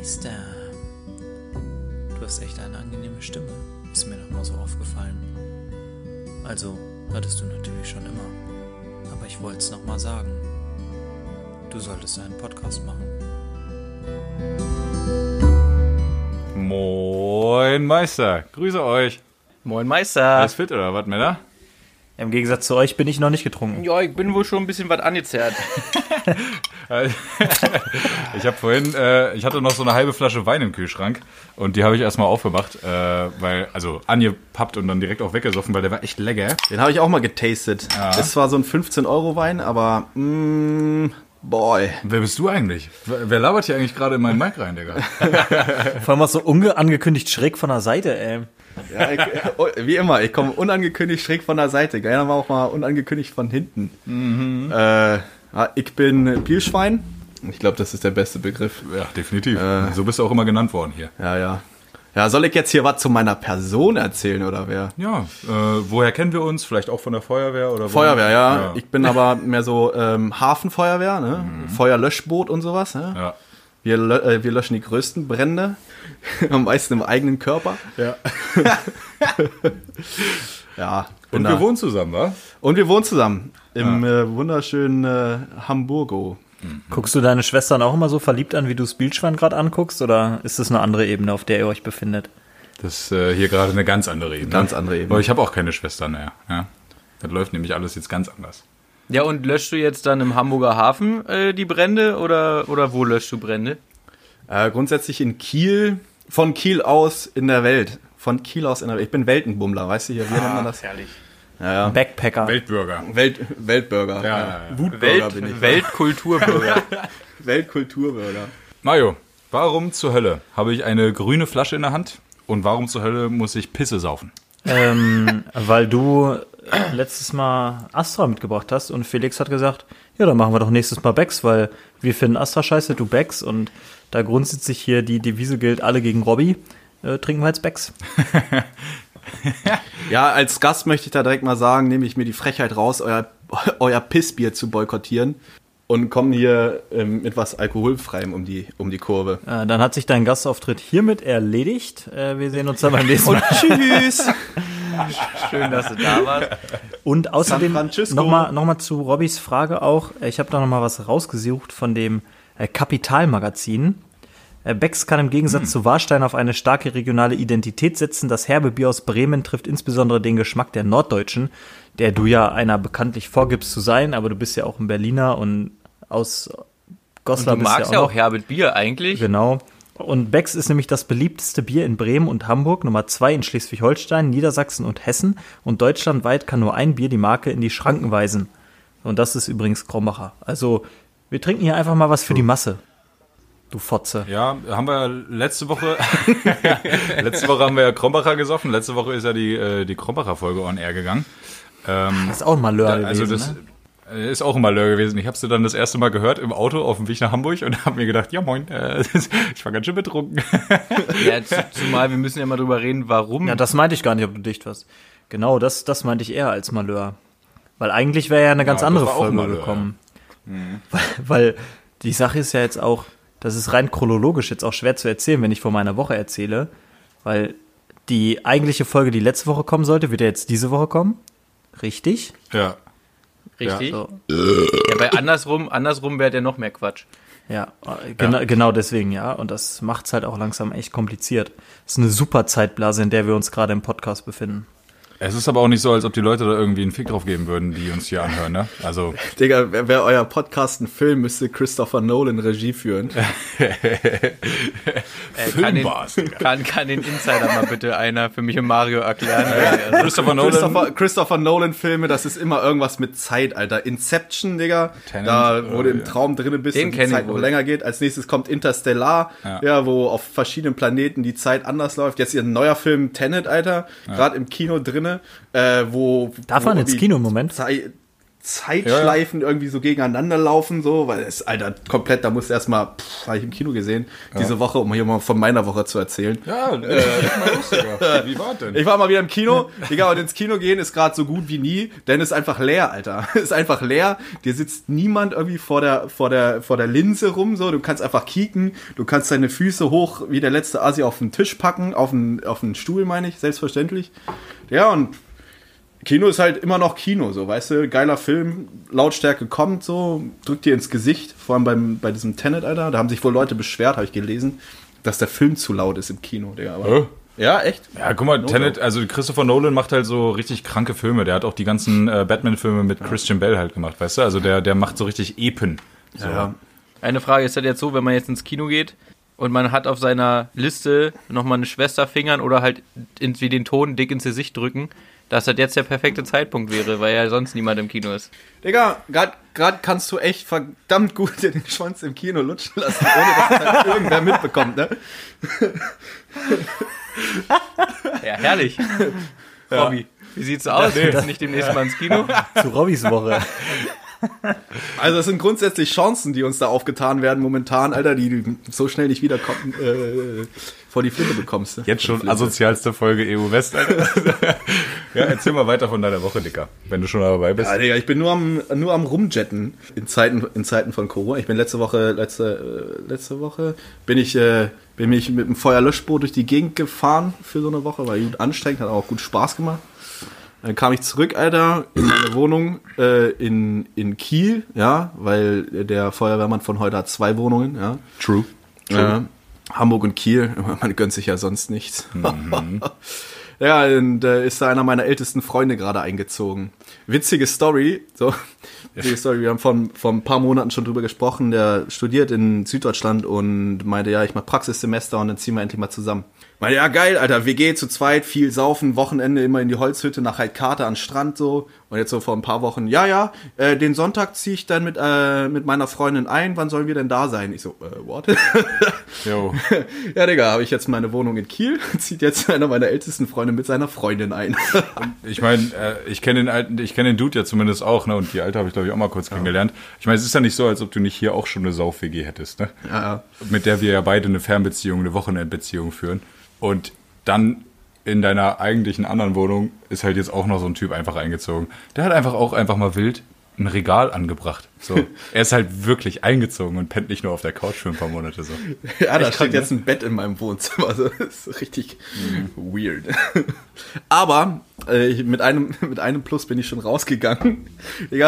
Meister, du hast echt eine angenehme Stimme, ist mir noch mal so aufgefallen. Also, hattest du natürlich schon immer, aber ich wollte es noch mal sagen. Du solltest einen Podcast machen. Moin Meister, grüße euch. Moin Meister. Alles fit oder was, Männer? Im Gegensatz zu euch bin ich noch nicht getrunken. Ja, ich bin wohl schon ein bisschen was angezerrt. Ich habe vorhin, ich hatte noch so eine halbe Flasche Wein im Kühlschrank und die habe ich erstmal aufgemacht, weil, also angepappt und dann direkt auch weggesoffen, weil der war echt lecker. Den habe ich auch mal getastet. Ja. Ist zwar so ein 15-Euro-Wein, aber boy. Wer bist du eigentlich? Wer labert hier eigentlich gerade in meinen Mic rein, Digga? Vor allem auch so unangekündigt schräg von der Seite, ey. Ja, wie immer, ich komme unangekündigt schräg von der Seite. Gerne war auch mal unangekündigt von hinten. Ich bin Bierschwein. Ich glaube, das ist der beste Begriff. Ja, definitiv. So bist du auch immer genannt worden hier. Ja. Ja, soll ich jetzt hier was zu meiner Person erzählen oder wer? Ja, woher kennen wir uns? Vielleicht auch von der Feuerwehr oder Feuerwehr, ja. Ich bin aber mehr so Hafenfeuerwehr, ne? Feuerlöschboot und sowas. Ne? Ja. Wir löschen die größten Brände, am meisten im eigenen Körper. Ja. Ja. Und wir wohnen zusammen, wa? Und wir wohnen zusammen im wunderschönen Hamburgo. Guckst du deine Schwestern auch immer so verliebt an, wie du das Bildschwein gerade anguckst? Oder ist das eine andere Ebene, auf der ihr euch befindet? Das ist hier gerade eine ganz andere Ebene. Ganz andere Ebene. Aber ich habe auch keine Schwestern mehr. Ja? Das läuft nämlich alles jetzt ganz anders. Ja, und löschst du jetzt dann im Hamburger Hafen die Brände oder wo löschst du Brände? Grundsätzlich in Kiel, von Kiel aus in der Welt. Von Kiel aus in der Welt. Ich bin Weltenbummler, weißt du hier, wie nennt man das? Herrlich. Ja. Backpacker. Weltbürger. Weltbürger. Ja. Wutbürger bin ich. Weltkulturbürger. Weltkulturbürger. Mario, warum zur Hölle habe ich eine grüne Flasche in der Hand und warum zur Hölle muss ich Pisse saufen? Weil du letztes Mal Astra mitgebracht hast und Felix hat gesagt, ja, dann machen wir doch nächstes Mal Becks, weil wir finden Astra scheiße, du Becks, und da grundsätzlich hier die Devise gilt, alle gegen Robby, trinken wir jetzt Becks. Ja, als Gast möchte ich da direkt mal sagen, nehme ich mir die Frechheit raus, euer Pissbier zu boykottieren und komme hier mit was Alkoholfreiem um die Kurve. Dann hat sich dein Gastauftritt hiermit erledigt. Wir sehen uns dann beim nächsten Mal. Tschüss! Schön, dass du da warst. Und außerdem San Francisco. noch mal zu Robbys Frage auch. Ich habe da noch mal was rausgesucht von dem Kapital-Magazin. Becks kann im Gegensatz zu Warstein auf eine starke regionale Identität setzen. Das herbe Bier aus Bremen trifft insbesondere den Geschmack der Norddeutschen, der du ja einer bekanntlich vorgibst zu sein, aber du bist ja auch ein Berliner und aus Goslar Und du bist magst ja auch ja auch herbes Bier eigentlich. Genau. Und Becks ist nämlich das beliebteste Bier in Bremen und Hamburg, Nummer 2 in Schleswig-Holstein, Niedersachsen und Hessen. Und deutschlandweit kann nur ein Bier die Marke in die Schranken weisen. Und das ist übrigens Krombacher. Also, wir trinken hier einfach mal was für die Masse. Du Fotze. Ja, haben wir letzte Woche haben wir ja Krombacher gesoffen. Letzte Woche ist ja die Krombacher-Folge on air gegangen. Das ist auch ein Malheur gewesen, Also das ne? ist auch ein Malheur gewesen. Ich habe sie dann das erste Mal gehört im Auto auf dem Weg nach Hamburg und habe mir gedacht, ja moin, ich war ganz schön betrunken. Ja, zumal wir müssen ja mal drüber reden, warum. Ja, das meinte ich gar nicht, ob du dicht warst. Genau, das meinte ich eher als Malheur. Weil eigentlich wäre ja eine ganz Ja, andere das war auch Folge Malheur, gekommen. Weil die Sache ist ja jetzt auch, das ist rein chronologisch jetzt auch schwer zu erzählen, wenn ich von meiner Woche erzähle. Weil die eigentliche Folge, die letzte Woche kommen sollte, wird ja jetzt diese Woche kommen. Richtig? Ja. Richtig? So. Ja, weil andersrum wäre der noch mehr Quatsch. Ja, genau deswegen, ja. Und das macht's halt auch langsam echt kompliziert. Das ist eine super Zeitblase, in der wir uns gerade im Podcast befinden. Es ist aber auch nicht so, als ob die Leute da irgendwie einen Fick drauf geben würden, die uns hier anhören, ne? Also Digga, wäre euer Podcast ein Film, müsste Christopher Nolan Regie führen. Kann den Insider mal bitte einer für mich und Mario erklären? Christopher Nolan Filme, das ist immer irgendwas mit Zeit, Alter. Inception, Digga, Tenet, da wo du im Traum drinne bist Den und die kenn ich Zeit noch wohl. länger geht. Als nächstes kommt Interstellar, ja, wo auf verschiedenen Planeten die Zeit anders läuft. Jetzt hier ein neuer Film, Tenet, Alter, gerade im Kino drinne, wo Darf man ins Kino im Moment? Zeitschleifen irgendwie so gegeneinander laufen, so, weil es, Alter, komplett, da musst du erstmal, habe ich im Kino gesehen, diese Woche, um hier mal von meiner Woche zu erzählen. Ja, mal lustiger. Wie war denn? Ich war mal wieder im Kino, Digga, und ins Kino gehen ist gerade so gut wie nie, denn es ist einfach leer, Alter. Es ist einfach leer, dir sitzt niemand irgendwie vor der Linse rum, so, du kannst einfach kicken, du kannst deine Füße hoch wie der letzte Assi auf den Tisch packen, auf den Stuhl, meine ich, selbstverständlich. Ja, und Kino ist halt immer noch Kino, so, weißt du, geiler Film, Lautstärke kommt so, drückt dir ins Gesicht, vor allem bei diesem Tenet, Alter, da haben sich wohl Leute beschwert, habe ich gelesen, dass der Film zu laut ist im Kino, Digga, aber ja, echt? Ja, guck mal, Tenet, also Christopher Nolan macht halt so richtig kranke Filme, der hat auch die ganzen Batman-Filme mit Christian Bale halt gemacht, weißt du, also der macht so richtig Epen. So. Ja. Eine Frage ist halt jetzt so, wenn man jetzt ins Kino geht und man hat auf seiner Liste nochmal eine Schwester fingern oder halt wie den Ton dick ins Gesicht drücken, dass das jetzt der perfekte Zeitpunkt wäre, weil ja sonst niemand im Kino ist. Digga, gerade kannst du echt verdammt gut den Schwanz im Kino lutschen lassen, ohne dass halt irgendwer mitbekommt, ne? Ja, herrlich. Robby, wie sieht's aus? Willst du nicht demnächst mal ins Kino? Zu Robbys Woche. Also es sind grundsätzlich Chancen, die uns da aufgetan werden momentan, Alter, die du so schnell nicht wieder vor die Flinte bekommst. Ne? Jetzt schon asozialste Folge EU West, Alter. Ja, erzähl mal weiter von deiner Woche, Dicker, wenn du schon dabei bist. Ja, Digga, ich bin nur am Rumjetten in Zeiten von Corona. Ich bin letzte Woche bin ich mit dem Feuerlöschboot durch die Gegend gefahren für so eine Woche, war gut anstrengend, hat auch gut Spaß gemacht. Dann kam ich zurück, Alter, in meine Wohnung in Kiel, ja, weil der Feuerwehrmann von heute hat 2 Wohnungen, ja. True. Hamburg und Kiel, man gönnt sich ja sonst nichts. Ja, und ist da einer meiner ältesten Freunde gerade eingezogen. Witzige Story, wir haben vor ein paar Monaten schon drüber gesprochen, der studiert in Süddeutschland und meinte, ja, ich mach Praxissemester und dann ziehen wir endlich mal zusammen. Meinte, ja, geil, Alter, WG zu zweit, viel saufen, Wochenende immer in die Holzhütte nach Heidkarte an den Strand so. Und jetzt so vor ein paar Wochen, den Sonntag ziehe ich dann mit meiner Freundin ein, wann sollen wir denn da sein? Ich so, what? Jo. Ja, Digga, habe ich jetzt meine Wohnung in Kiel, zieht jetzt einer meiner ältesten Freunde mit seiner Freundin ein. Ich meine, ich kenne den Dude ja zumindest auch, ne? Und die Alte habe ich, glaube ich, auch mal kurz kennengelernt. Ich meine, es ist ja nicht so, als ob du nicht hier auch schon eine Sauf-WG hättest, ne? Ja. Mit der wir ja beide eine Fernbeziehung, eine Wochenendbeziehung führen. Und dann in deiner eigentlichen anderen Wohnung ist halt jetzt auch noch so ein Typ einfach eingezogen. Der hat einfach mal wild ein Regal angebracht. So. Er ist halt wirklich eingezogen und pennt nicht nur auf der Couch für ein paar Monate so. Ja, da steht jetzt ein Bett in meinem Wohnzimmer. Also, das ist richtig weird. Aber mit einem Plus bin ich schon rausgegangen. Digga,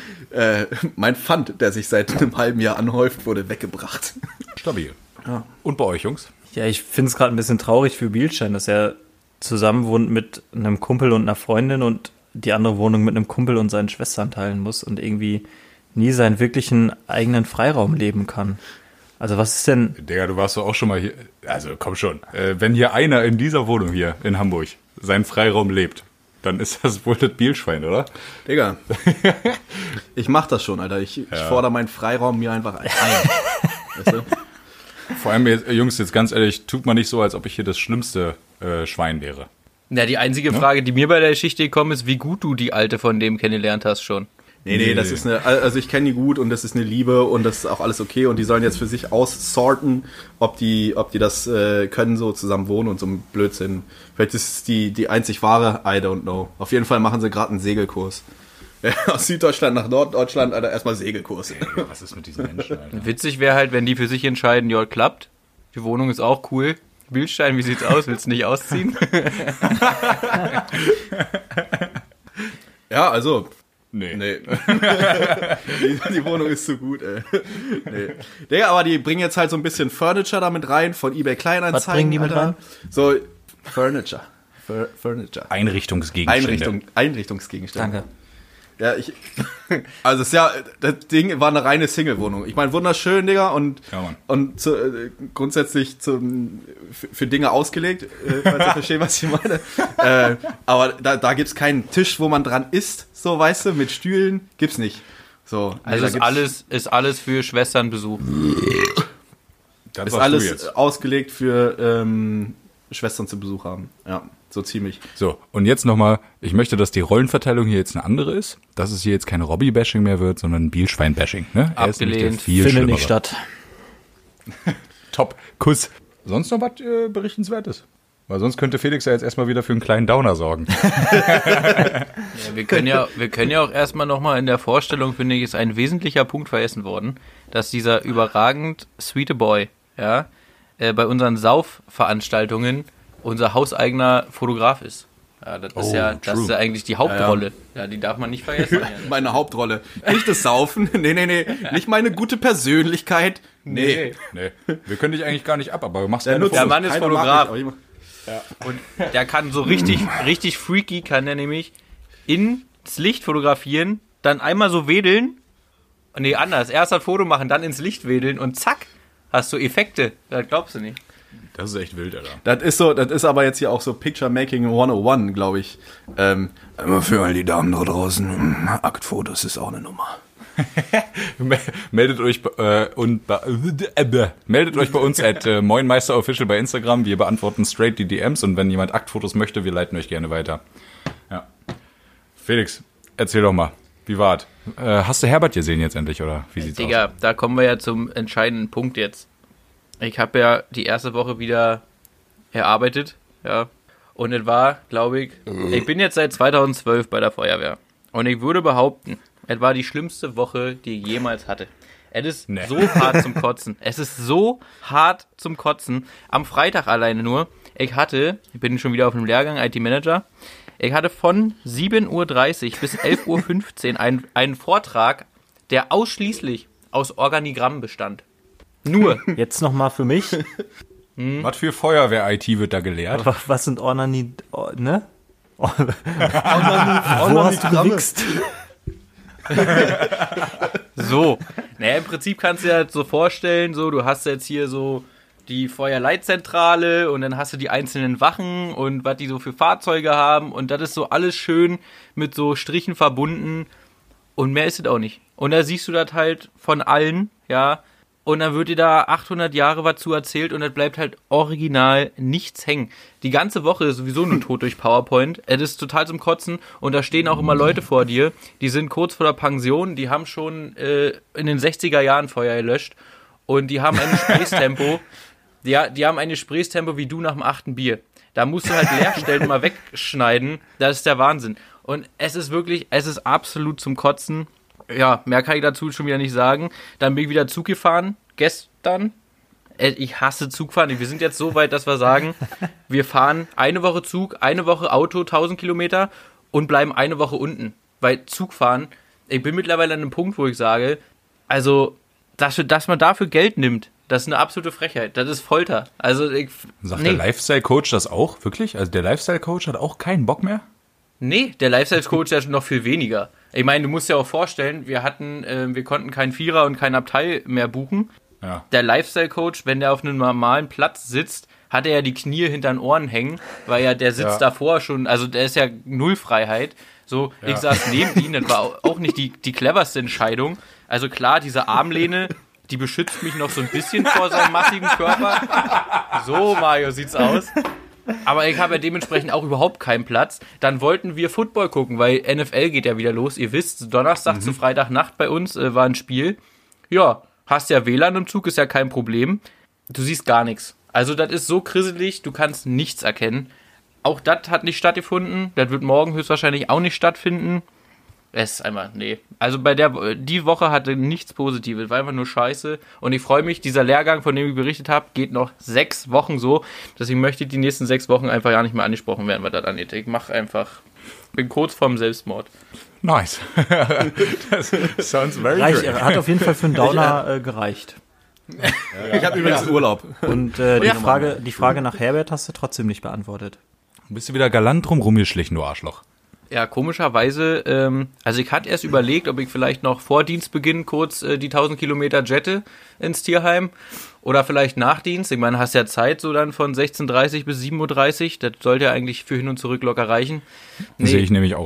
mein Pfand, der sich seit einem halben Jahr anhäuft, wurde weggebracht. Stabil. Ja. Und bei euch, Jungs? Ja, ich finde es gerade ein bisschen traurig für Bielstein, dass er zusammen wohnt mit einem Kumpel und einer Freundin und die andere Wohnung mit einem Kumpel und seinen Schwestern teilen muss und irgendwie nie seinen wirklichen eigenen Freiraum leben kann. Also was ist denn... Digga, du warst doch auch schon mal hier... Also komm schon. Wenn hier einer in dieser Wohnung hier in Hamburg seinen Freiraum lebt, dann ist das wohl das Bielschwein, oder? Digga, ich mach das schon, Alter. Ich fordere meinen Freiraum mir einfach ein. Weißt du? Vor allem, Jungs, jetzt ganz ehrlich, tut man nicht so, als ob ich hier das schlimmste Schwein wäre. Ja, die einzige Frage, die mir bei der Geschichte gekommen ist, wie gut du die Alte von dem kennengelernt hast schon. Nee, das ist also ich kenne die gut und das ist eine Liebe und das ist auch alles okay und die sollen jetzt für sich aussorten, ob die das können, so zusammen wohnen und so ein Blödsinn. Vielleicht ist es die einzig wahre, I don't know. Auf jeden Fall machen sie gerade einen Segelkurs. Aus Süddeutschland nach Norddeutschland, Alter, erstmal Segelkurs. Was ist mit diesen Menschen, Alter? Witzig wäre halt, wenn die für sich entscheiden, ja, klappt. Die Wohnung ist auch cool. Bielstein, wie sieht's aus? Willst du nicht ausziehen? Ja, also... Nee. Die Wohnung ist so gut, ey. Nee. Digga, aber die bringen jetzt halt so ein bisschen Furniture damit rein von eBay Kleinanzeigen. Was bringen die mit rein? So, Furniture. Furniture. Einrichtungsgegenstände. Einrichtungsgegenstände. Danke. Ja, also es ist ja, das Ding war eine reine Single-Wohnung. Ich meine, wunderschön, Digga, und grundsätzlich für Dinge ausgelegt, falls ihr versteht, was ich meine. Aber da gibt's keinen Tisch, wo man dran isst, so, weißt du, mit Stühlen, gibt's nicht. So, also ist alles für Schwesternbesuch. Ist alles ausgelegt für Schwestern zu Besuch haben. Ja, so ziemlich. So, und jetzt nochmal, ich möchte, dass die Rollenverteilung hier jetzt eine andere ist, dass es hier jetzt kein Robbie-Bashing mehr wird, sondern ein Bielschwein-Bashing. Ne? Er ist nämlich der Abgelehnt. viel Findet nicht schlimmere. statt. Top, Kuss. Sonst noch was Berichtenswertes? Weil sonst könnte Felix ja jetzt erstmal wieder für einen kleinen Downer sorgen. Ja, wir können ja auch erstmal nochmal in der Vorstellung, finde ich, ist ein wesentlicher Punkt vergessen worden, dass dieser überragend sweete Boy, ja, bei unseren Saufveranstaltungen unser hauseigener Fotograf ist. Ja, das ist ja eigentlich die Hauptrolle. Ja, die darf man nicht vergessen. Meine Hauptrolle. Nicht das Saufen. Nee. Nicht meine gute Persönlichkeit. Nee. Nee, wir können dich eigentlich gar nicht ab, aber du machst Der keine Fotos. Mann ist Keiner Fotograf. mag mich, aber Und der kann so richtig freaky, kann der nämlich ins Licht fotografieren, dann einmal so wedeln, nee, anders, erst ein Foto machen, dann ins Licht wedeln und zack, hast du Effekte. Das glaubst du nicht. Das ist echt wild, Alter. Das ist aber jetzt hier auch so Picture Making 101, glaube ich. Immer für all die Damen da draußen, Aktfotos ist auch eine Nummer. Meldet euch bei uns at moinmeisterofficial bei Instagram. Wir beantworten straight die DMs und wenn jemand Aktfotos möchte, wir leiten euch gerne weiter. Ja. Felix, erzähl doch mal, wie war's? Hast du Herbert gesehen jetzt endlich, oder wie sieht's Digga, aus? da kommen wir ja zum entscheidenden Punkt jetzt. Ich habe ja die erste Woche wieder erarbeitet, ja. Und es war, glaube ich bin jetzt seit 2012 bei der Feuerwehr. Und ich würde behaupten, es war die schlimmste Woche, die ich jemals hatte. Es ist so hart zum Kotzen. Es ist so hart zum Kotzen. Am Freitag alleine nur. Ich bin schon wieder auf dem Lehrgang IT-Manager. Ich hatte von 7.30 Uhr bis 11.15 Uhr einen Vortrag, der ausschließlich aus Organigrammen bestand. Nur. Jetzt nochmal für mich. Was für Feuerwehr-IT wird da gelehrt? Was sind ne? Wo hast du gewichst? So, naja, im Prinzip kannst du dir halt so vorstellen, so, du hast jetzt hier so die Feuerleitzentrale und dann hast du die einzelnen Wachen und was die so für Fahrzeuge haben und das ist so alles schön mit so Strichen verbunden und mehr ist es auch nicht. Und da siehst du das halt von allen, ja, und dann wird dir da 800 Jahre was zu erzählt und es bleibt halt original nichts hängen. Die ganze Woche ist sowieso nur tot durch PowerPoint. Es ist total zum Kotzen und da stehen auch immer Leute vor dir, die sind kurz vor der Pension, die haben schon in den 60er Jahren Feuer gelöscht und die haben ein Gesprächstempo, die haben ein Gesprächstempo wie du nach dem 8. Bier. Da musst du halt Leerstellen mal wegschneiden, das ist der Wahnsinn. Und es ist absolut zum Kotzen. Ja, mehr kann ich dazu schon wieder nicht sagen. Dann bin ich wieder Zug gefahren, gestern. Ich hasse Zugfahren. Wir sind jetzt so weit, dass wir sagen, wir fahren eine Woche Zug, eine Woche Auto, 1000 Kilometer und bleiben eine Woche unten. Weil Zugfahren, ich bin mittlerweile an einem Punkt, wo ich sage, also, dass man dafür Geld nimmt, das ist eine absolute Frechheit. Das ist Folter. Also, Sagt der Lifestyle-Coach das auch? Wirklich? Also der Lifestyle-Coach hat auch keinen Bock mehr? Nee, der Lifestyle-Coach ja noch viel weniger. Ich meine, du musst dir auch vorstellen, wir konnten keinen Vierer und kein Abteil mehr buchen. Ja. Der Lifestyle-Coach, wenn der auf einem normalen Platz sitzt, hat er ja die Knie hinter den Ohren hängen, weil der sitzt davor schon, also der ist ja null Freiheit. So, ich saß neben ihm, das war auch nicht die cleverste Entscheidung. Also klar, diese Armlehne, die beschützt mich noch so ein bisschen vor seinem massiven Körper. So, Mario, sieht's aus. Aber ich habe ja dementsprechend auch überhaupt keinen Platz. Dann wollten wir Football gucken, weil NFL geht ja wieder los. Ihr wisst, Donnerstag zu Freitagnacht bei uns war ein Spiel. Ja, hast ja WLAN im Zug, ist ja kein Problem. Du siehst gar nichts. Also das ist so krisselig, du kannst nichts erkennen. Auch das hat nicht stattgefunden. Das wird morgen höchstwahrscheinlich auch nicht stattfinden. Es ist einfach, nee. Also die Woche hatte nichts Positives, war einfach nur scheiße. Und ich freue mich, dieser Lehrgang, von dem ich berichtet habe, geht noch 6 Wochen so. Deswegen möchte ich die nächsten 6 Wochen einfach gar nicht mehr angesprochen werden, was das angeht. Ich bin kurz vorm Selbstmord. Nice. Das sounds very good. Hat auf jeden Fall für einen Downer gereicht. Ich habe übrigens Urlaub. Und die Frage nach Herbert hast du trotzdem nicht beantwortet. Bist du wieder galant drum rumgeschlichen, du Arschloch? Ja, komischerweise, also ich hatte erst überlegt, ob ich vielleicht noch vor Dienstbeginn kurz die 1000 Kilometer jette ins Tierheim oder vielleicht nach Dienst. Ich meine, hast ja Zeit so dann von 16:30 bis 7:30 Uhr. Das sollte ja eigentlich für hin und zurück locker reichen. Nee. Sehe ich nämlich auch so.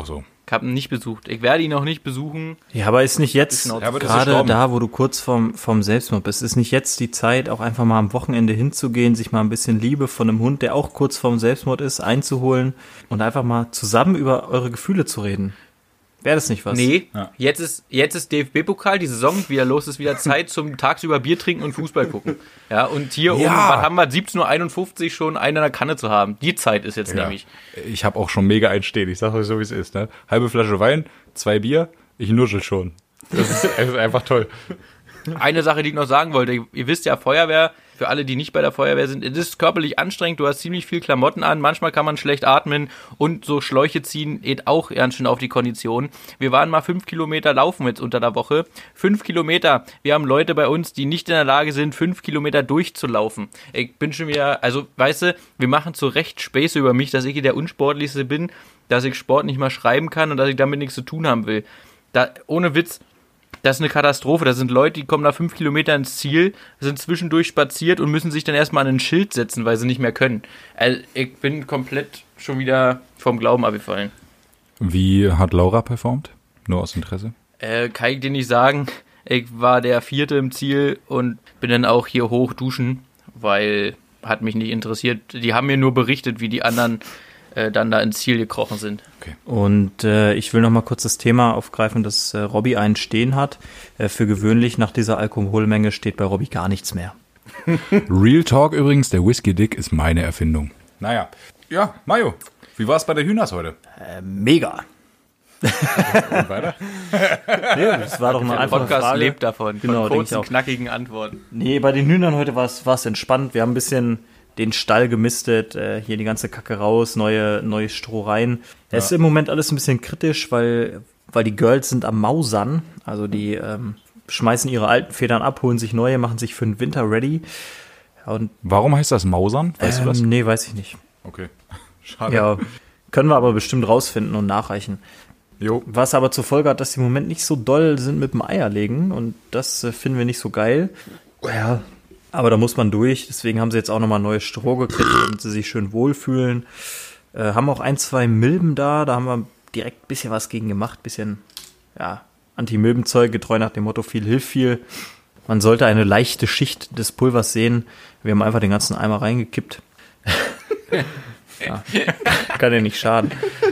Ich habe ihn nicht besucht. Ich werde ihn auch nicht besuchen. Ja, aber ist nicht jetzt, Ja, aber das ist gerade gestorben. da, wo du kurz vom Selbstmord bist, ist nicht jetzt die Zeit, auch einfach mal am Wochenende hinzugehen, sich mal ein bisschen Liebe von einem Hund, der auch kurz vorm Selbstmord ist, einzuholen und einfach mal zusammen über eure Gefühle zu reden? Wäre das nicht was? Nee, Ja. jetzt ist DFB-Pokal, die Saison wieder los, ist wieder Zeit zum tagsüber Bier trinken und Fußball gucken. Ja, und hier Ja. was haben wir, 17:51 Uhr schon einen in der Kanne zu haben. Die Zeit ist jetzt nämlich. Ich habe auch schon mega einstehen. Ich sage euch so, wie es ist. Ne? Halbe Flasche Wein, 2 Bier, ich nuschel schon. Das ist einfach toll. Eine Sache, die ich noch sagen wollte, ihr wisst ja, Feuerwehr, für alle, die nicht bei der Feuerwehr sind, es ist körperlich anstrengend, du hast ziemlich viel Klamotten an, manchmal kann man schlecht atmen und so Schläuche ziehen geht auch ganz schön auf die Kondition. Wir waren mal 5 Kilometer laufen jetzt unter der Woche. 5 Kilometer, wir haben Leute bei uns, die nicht in der Lage sind, 5 Kilometer durchzulaufen. Ich bin schon wieder, also weißt du, wir machen zu Recht Späße über mich, dass ich hier der Unsportlichste bin, dass ich Sport nicht mal schreiben kann und dass ich damit nichts zu tun haben will. Da, ohne Witz, das ist eine Katastrophe. Da sind Leute, die kommen nach 5 Kilometer ins Ziel, sind zwischendurch spaziert und müssen sich dann erstmal an ein Schild setzen, weil sie nicht mehr können. Also ich bin komplett schon wieder vom Glauben abgefallen. Wie hat Laura performt? Nur aus Interesse. Kann ich dir nicht sagen. Ich war der 4. im Ziel und bin dann auch hier hoch duschen, weil hat mich nicht interessiert. Die haben mir nur berichtet, wie die anderen dann da ins Ziel gekrochen sind. Und ich will noch mal kurz das Thema aufgreifen, dass Robby einen stehen hat. Für gewöhnlich nach dieser Alkoholmenge steht bei Robby gar nichts mehr. Real Talk übrigens, der Whisky Dick ist meine Erfindung. Naja. Ja, Mayo, wie war es bei der Hühners heute? Mega. Und weiter? Nee, das war doch mal Der einfach eine Podcast Frage. lebt davon, Genau, von denke ich kurzen, auch. knackigen Antworten. Nee, bei den Hühnern heute war es entspannt. Wir haben ein bisschen den Stall gemistet, hier die ganze Kacke raus, neue Stroh rein. Es ist im Moment alles ein bisschen kritisch, weil die Girls sind am Mausern. Also die schmeißen ihre alten Federn ab, holen sich neue, machen sich für den Winter ready. Und Warum heißt das Mausern? Weißt du das? Nee, weiß ich nicht. Okay. Schade. Ja, können wir aber bestimmt rausfinden und nachreichen. Jo. Was aber zur Folge hat, dass die im Moment nicht so doll sind mit dem Eierlegen und das finden wir nicht so geil. Ja, aber da muss man durch. Deswegen haben sie jetzt auch nochmal neues Stroh gekriegt, damit sie sich schön wohlfühlen. Haben auch 1, 2 Milben da haben wir direkt ein bisschen was gegen gemacht. Bisschen, ja, Anti-Milbenzeug, getreu nach dem Motto, viel hilft viel. Man sollte eine leichte Schicht des Pulvers sehen. Wir haben einfach den ganzen Eimer reingekippt. Ja, kann ja nicht schaden.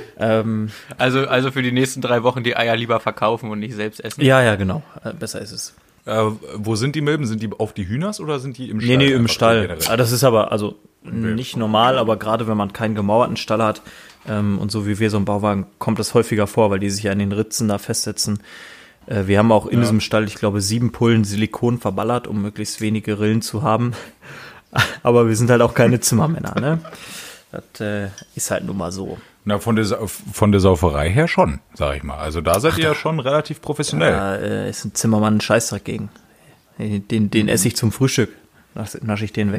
Also für die nächsten 3 Wochen die Eier lieber verkaufen und nicht selbst essen. Ja, genau. Besser ist es. Wo sind die Milben? Sind die auf die Hühners oder sind die im Stall? Nee, im Einfach Stall. generell? Ah, das ist aber also nicht normal, aber gerade wenn man keinen gemauerten Stall hat und so wie wir so einen Bauwagen, kommt das häufiger vor, weil die sich ja in den Ritzen da festsetzen. Wir haben auch in diesem Stall, ich glaube, 7 Pullen Silikon verballert, um möglichst wenige Rillen zu haben. Aber wir sind halt auch keine Zimmermänner, ne? Das ist halt nun mal so. Na, von der Sauferei her schon, sag ich mal. Also da seid ihr ja schon relativ professionell. Da ist ein Zimmermann ein Scheißdreck gegen. Den esse ich zum Frühstück. Nasche ich den weg.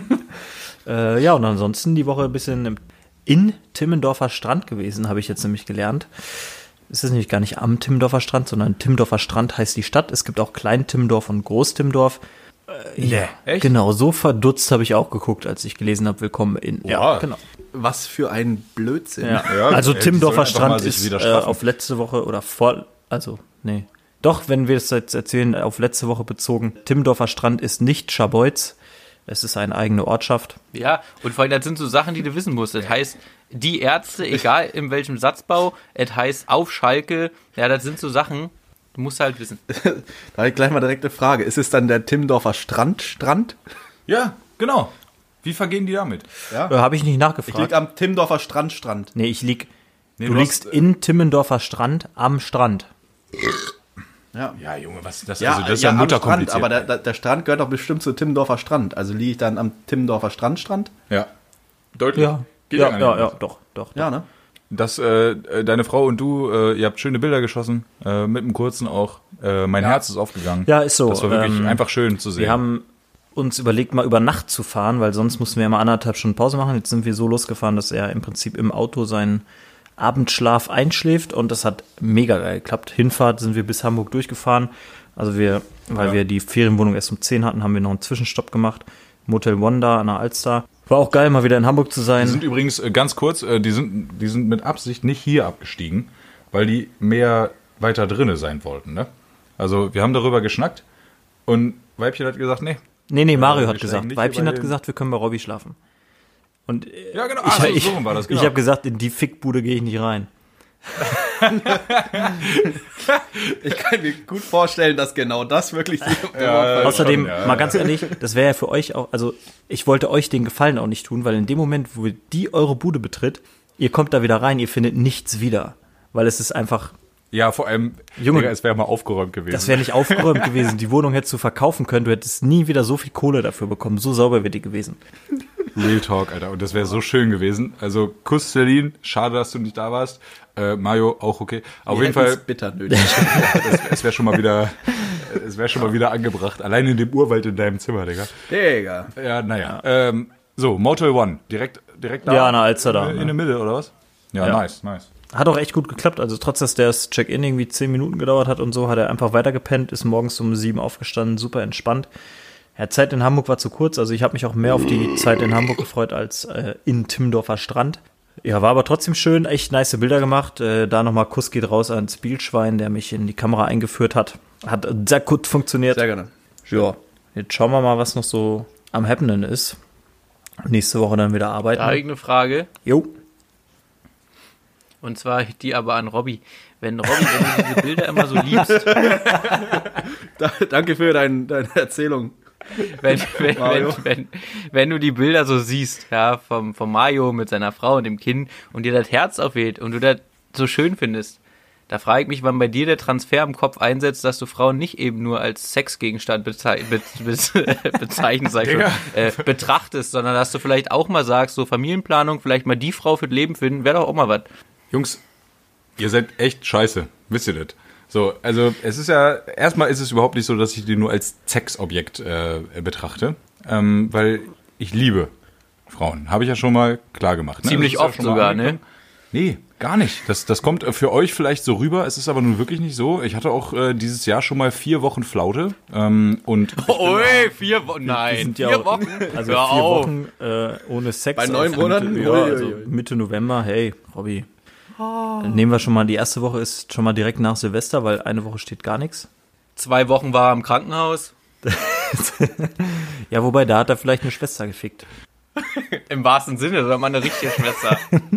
Ja, und ansonsten die Woche ein bisschen in Timmendorfer Strand gewesen, habe ich jetzt nämlich gelernt. Es ist nämlich gar nicht am Timmendorfer Strand, sondern Timmendorfer Strand heißt die Stadt. Es gibt auch Klein-Timmendorf und Groß-Timmendorf. Ja, echt? genau, so verdutzt habe ich auch geguckt, als ich gelesen habe, willkommen in. Ja. genau. Was für ein Blödsinn. Ja. Ja, Also die Timmendorfer sollen einfach mal Strand sich ist wieder straffen. auf letzte Woche oder nee. Doch, wenn wir es jetzt erzählen, auf letzte Woche bezogen, Timmendorfer Strand ist nicht Scharbeutz. Es ist eine eigene Ortschaft. Ja, und vor allem, das sind so Sachen, die du wissen musst. Das heißt, die Ärzte, egal in welchem Satzbau, es heißt auf Schalke, ja, das sind so Sachen, du musst halt wissen. Da habe ich gleich mal direkt eine Frage. Ist es dann der Timmendorfer Strand? Ja, genau. Wie vergehen die damit? Habe ich nicht Ich nachgefragt. liege am Timmendorfer Strand. Nee, du du liegst hast, in Timmendorfer Strand am Strand. Ja. Ja, Junge, was ist das? Ja, Also das ist ja am mutterkompliziert. Strand, aber der Strand gehört doch bestimmt zu Timmendorfer Strand. Also liege ich dann am Timmendorfer Strand? Ja. Deutlich. Geht ja, gar ja, nicht. doch. Ja, ne? Das, deine Frau und du, ihr habt schöne Bilder geschossen, mit dem kurzen auch. Mein Herz ist aufgegangen. Ja, ist so. Das war wirklich einfach schön zu sehen. Wir haben uns überlegt, mal über Nacht zu fahren, weil sonst mussten wir immer 1,5 Stunden Pause machen. Jetzt sind wir so losgefahren, dass er im Prinzip im Auto seinen Abendschlaf einschläft und das hat mega geil geklappt. Hinfahrt sind wir bis Hamburg durchgefahren. Also weil wir die Ferienwohnung erst um 10 hatten, haben wir noch einen Zwischenstopp gemacht. Motel Wanda an der Alster. War auch geil, mal wieder in Hamburg zu sein. Die sind übrigens, ganz kurz, die sind mit Absicht nicht hier abgestiegen, weil die mehr weiter drinne sein wollten, ne? Also wir haben darüber geschnackt und Weibchen hat gesagt, nee. Nee, Mario hat wir gesagt. steigen Weibchen nicht hat über gesagt, wir können bei Robby schlafen. Und Ja, genau. so war das, genau. ich habe gesagt, in die Fickbude gehe ich nicht rein. Ich kann mir gut vorstellen, dass genau das wirklich Außerdem, schon, ja. mal ganz ehrlich, das wäre ja für euch auch, also ich wollte euch den Gefallen auch nicht tun, weil in dem Moment, wo die eure Bude betritt, ihr kommt da wieder rein, ihr findet nichts wieder. Weil es ist einfach, Ja, vor allem, Junge, Digga, es wäre mal aufgeräumt gewesen. das wäre nicht aufgeräumt gewesen. Die Wohnung hättest du verkaufen können, du hättest nie wieder so viel Kohle dafür bekommen. So sauber wäre die gewesen. Real Talk, Alter. Und das wäre so schön gewesen. Also, Kuss, Celine. Schade, dass du nicht da warst. Mario, auch okay. Auf jeden Fall, bitter nötig. es wäre schon mal wieder angebracht. Allein in dem Urwald in deinem Zimmer, Digga. Digga. Ja, naja. So, Motel One. Direkt da? Ja, na, als er da, In ne? der Mitte, oder was? Ja, Ja. nice. Hat auch echt gut geklappt. Also trotz, dass das Check-in irgendwie 10 Minuten gedauert hat und so, hat er einfach weitergepennt, ist morgens um 7 aufgestanden, super entspannt. Ja, Zeit in Hamburg war zu kurz, also ich habe mich auch mehr auf die Zeit in Hamburg gefreut als in Timmendorfer Strand. Ja, war aber trotzdem schön, echt nice Bilder gemacht. Da nochmal Kuss geht raus ans Spielschwein, der mich in die Kamera eingeführt hat. Hat sehr gut funktioniert. Sehr gerne. Ja, jetzt schauen wir mal, was noch so am Happening ist. Nächste Woche dann wieder arbeiten. Da habe ich eine Frage. Jo. Und zwar die aber an Robby. Wenn du diese Bilder immer so liebst, Danke für deine Erzählung. wenn du die Bilder so siehst, ja, vom Mario mit seiner Frau und dem Kind und dir das Herz aufweht und du das so schön findest, da frage ich mich, wann bei dir der Transfer im Kopf einsetzt, dass du Frauen nicht eben nur als Sexgegenstand betrachtest, sondern dass du vielleicht auch mal sagst, so Familienplanung, vielleicht mal die Frau für das Leben finden, wäre doch auch mal was. Jungs, ihr seid echt scheiße. Wisst ihr das? So, also es ist ja, erstmal ist es überhaupt nicht so, dass ich die nur als Sexobjekt betrachte, weil ich liebe Frauen. Habe ich ja schon mal klar gemacht. Ne? Ziemlich Das ist ja oft schon mal sogar, ne? Nee, gar nicht. Das kommt für euch vielleicht so rüber. Es ist aber nun wirklich nicht so. Ich hatte auch dieses Jahr schon mal 4 Wochen Flaute. Und Oi, 4 Wochen, nein, sind ja 4 auch- Wochen. Also Hör 4 auf. Wochen ohne Sex. Bei 9 auf Monaten? Mitte, ja, Ui, ui, also ui. Mitte November, hey, Robby. Dann nehmen wir schon mal, die erste Woche ist schon mal direkt nach Silvester, weil eine Woche steht gar nichts. 2 Wochen war er im Krankenhaus. Ja, wobei, da hat er vielleicht eine Schwester gefickt. Im wahrsten Sinne, oder mal eine richtige Schwester.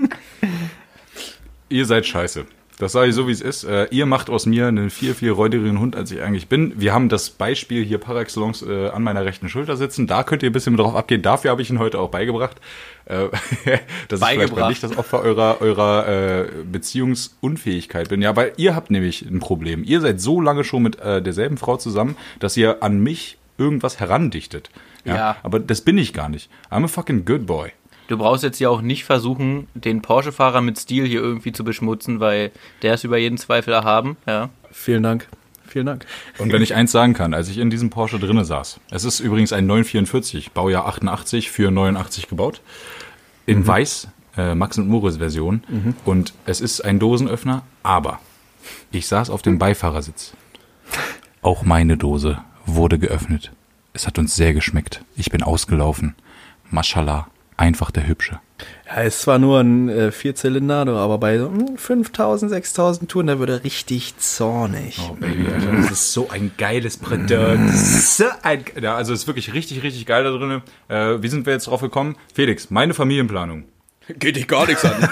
ihr seid scheiße. Das sage ich so, wie es ist. Ihr macht aus mir einen viel räudigeren Hund, als ich eigentlich bin. Wir haben das Beispiel hier par excellence an meiner rechten Schulter sitzen. Da könnt ihr ein bisschen drauf abgehen. Dafür habe ich ihn heute auch beigebracht. Das ist vielleicht mal nicht das Opfer eurer Beziehungsunfähigkeit bin. Ja, weil ihr habt nämlich ein Problem. Ihr seid so lange schon mit derselben Frau zusammen, dass ihr an mich irgendwas herandichtet. Ja. Aber das bin ich gar nicht. I'm a fucking good boy. Du brauchst jetzt ja auch nicht versuchen, den Porsche-Fahrer mit Stil hier irgendwie zu beschmutzen, weil der ist über jeden Zweifel erhaben. Ja. Vielen Dank. Vielen Dank. Und wenn ich eins sagen kann, als ich in diesem Porsche drinne saß, es ist übrigens ein 944, Baujahr 88 für 89 gebaut, in weiß, Max und Moritz Version, und es ist ein Dosenöffner, aber ich saß auf dem Beifahrersitz. Auch meine Dose wurde geöffnet. Es hat uns sehr geschmeckt. Ich bin ausgelaufen. Mashallah, einfach der Hübsche. Ja, ist zwar nur ein 4-Zylinder, aber bei so 5.000, 6.000 Touren, da wird er richtig zornig. Oh Baby, Alter, das ist so ein geiles Produkt. Ja, also es ist wirklich richtig geil da drin. Wie sind wir jetzt drauf gekommen? Felix, meine Familienplanung. Geht dich gar nichts an.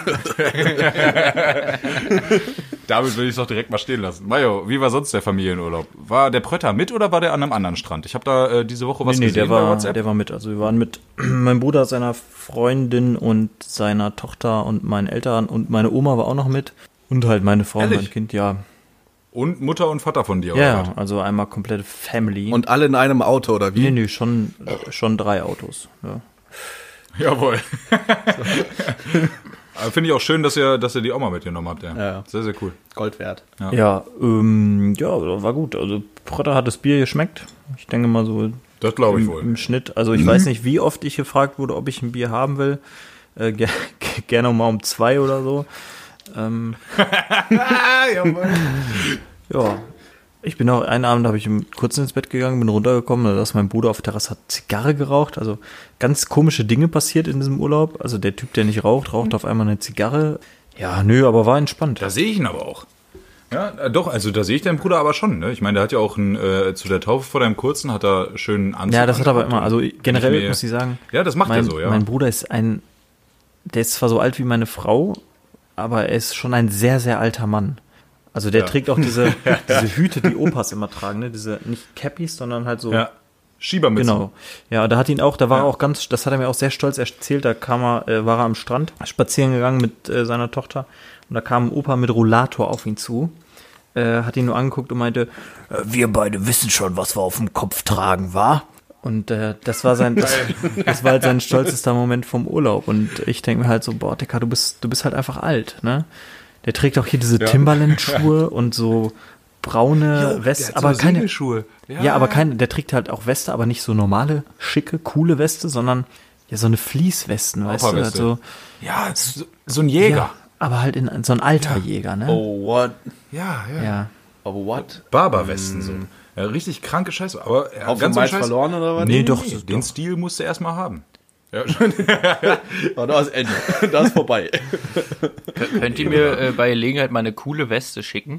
Damit will ich es doch direkt mal stehen lassen. Majo, wie war sonst der Familienurlaub? War der Prötter mit oder war der an einem anderen Strand? Ich habe da diese Woche was gesehen der bei WhatsApp. war mit. Also wir waren mit meinem Bruder, seiner Freundin und seiner Tochter und meinen Eltern und meine Oma war auch noch mit. Und halt meine Frau und Ehrlich? mein Kind, ja. Und Mutter und Vater von dir, oder Ja, was? also einmal komplette Family. Und alle in einem Auto, oder wie? nee, schon 3 Autos. Ja. Jawohl. Finde ich auch schön, dass ihr die Oma mitgenommen habt. Ja. Ja. Sehr, sehr cool. Gold wert. Ja, war gut. Also Prötter hat das Bier geschmeckt. Ich denke mal so Das glaube ich wohl. im Schnitt. Also ich weiß nicht, wie oft ich gefragt wurde, ob ich ein Bier haben will. Gerne mal um 2 oder so. Ja. Ich bin auch, einen Abend habe ich kurz ins Bett gegangen, bin runtergekommen, da saß mein Bruder auf der Terrasse, hat Zigarre geraucht. Also ganz komische Dinge passiert in diesem Urlaub. Also der Typ, der nicht raucht, raucht auf einmal eine Zigarre. Ja, nö, aber war entspannt. Da sehe ich ihn aber auch. Ja, doch, also da sehe ich deinen Bruder aber schon, ne? Ich meine, der hat ja auch zu der Taufe vor deinem Kurzen hat er schönen Anzug. Ja, das hat er aber immer, also generell muss ich sagen. Ja, das macht er so, ja. Mein Bruder ist der ist zwar so alt wie meine Frau, aber er ist schon ein sehr, sehr alter Mann. Also der trägt auch diese Hüte, die Opas immer tragen, ne? Diese, nicht Cappies, sondern halt so. Ja. Schiebermütze. Genau. Ja, da war er auch das hat er mir auch sehr stolz erzählt, war er am Strand spazieren gegangen mit seiner Tochter und da kam ein Opa mit Rollator auf ihn zu, hat ihn nur angeguckt und meinte, wir beide wissen schon, was wir auf dem Kopf tragen, wa? Und das war halt sein stolzester Moment vom Urlaub und ich denke mir halt so, boah, Dicker, du bist halt einfach alt, ne? Der trägt auch hier diese Timberland-Schuhe und so braune Weste, aber keine Schuhe. Ja, aber der trägt halt auch Weste, aber nicht so normale, schicke, coole Weste, sondern ja so eine Fließwesten, weißt du? Also, ja, so ein Jäger. Ja, aber halt so ein alter Jäger, ne? Oh, what? Ja. Oh, what? Barberwesten so. Ja, richtig kranke Scheiße. Aber Auch ganz Scheiß verloren oder was? Nee, doch. Den Stil musst du erstmal haben. Ja. Oh, da ist Ende. Da ist vorbei. Könnt ihr mir bei Gelegenheit mal eine coole Weste schicken?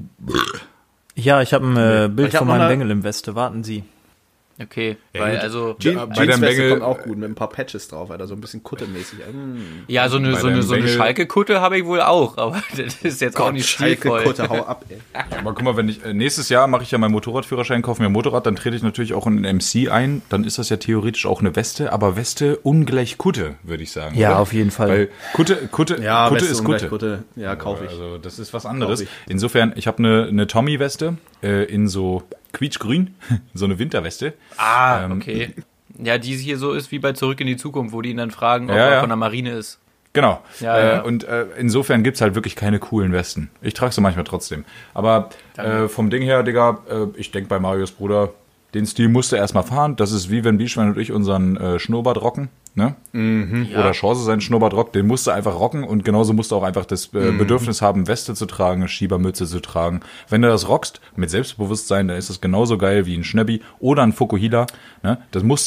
Ja, ich habe ein Bild von meinem Bengel im Weste. Warten Sie. Okay, weil also Jeansweste kommt auch gut mit ein paar Patches drauf, Alter, so ein bisschen kuttemäßig. Ja, so eine Schalke-Kutte habe ich wohl auch, aber das ist jetzt auch nicht stilvoll. Schalke-Kutte, hau ab, ey. Aber guck mal, wenn ich nächstes Jahr mache ich ja meinen Motorradführerschein, kaufe mir ein Motorrad, dann trete ich natürlich auch in einen MC ein, dann ist das ja theoretisch auch eine Weste, aber Weste ungleich Kutte, würde ich sagen. Ja, oder? auf jeden Fall. Weil Kutte ist Kutte. Kutte. Ja, kaufe ich. Also das ist was anderes. Insofern, ich habe eine Tommy-Weste in so quietschgrün, so eine Winterweste. Okay. Ja, die hier so ist wie bei Zurück in die Zukunft, wo die ihn dann fragen, ob er von der Marine ist. Genau. Ja. Und insofern gibt's halt wirklich keine coolen Westen. Ich trage sie manchmal trotzdem. Aber vom Ding her, Digga, ich denke bei Marios Bruder, den Stil musst du erstmal fahren. Das ist wie wenn Bischwein und ich unseren Schnurrbart rocken. Ne? Ja. Oder Chance seinen Schnurrbart rockt, den musst du einfach rocken und genauso musst du auch einfach das Bedürfnis haben, Weste zu tragen, Schiebermütze zu tragen. Wenn du das rockst mit Selbstbewusstsein, dann ist das genauso geil wie ein Schnäbbi oder ein Fukuhila. Ne? Das muss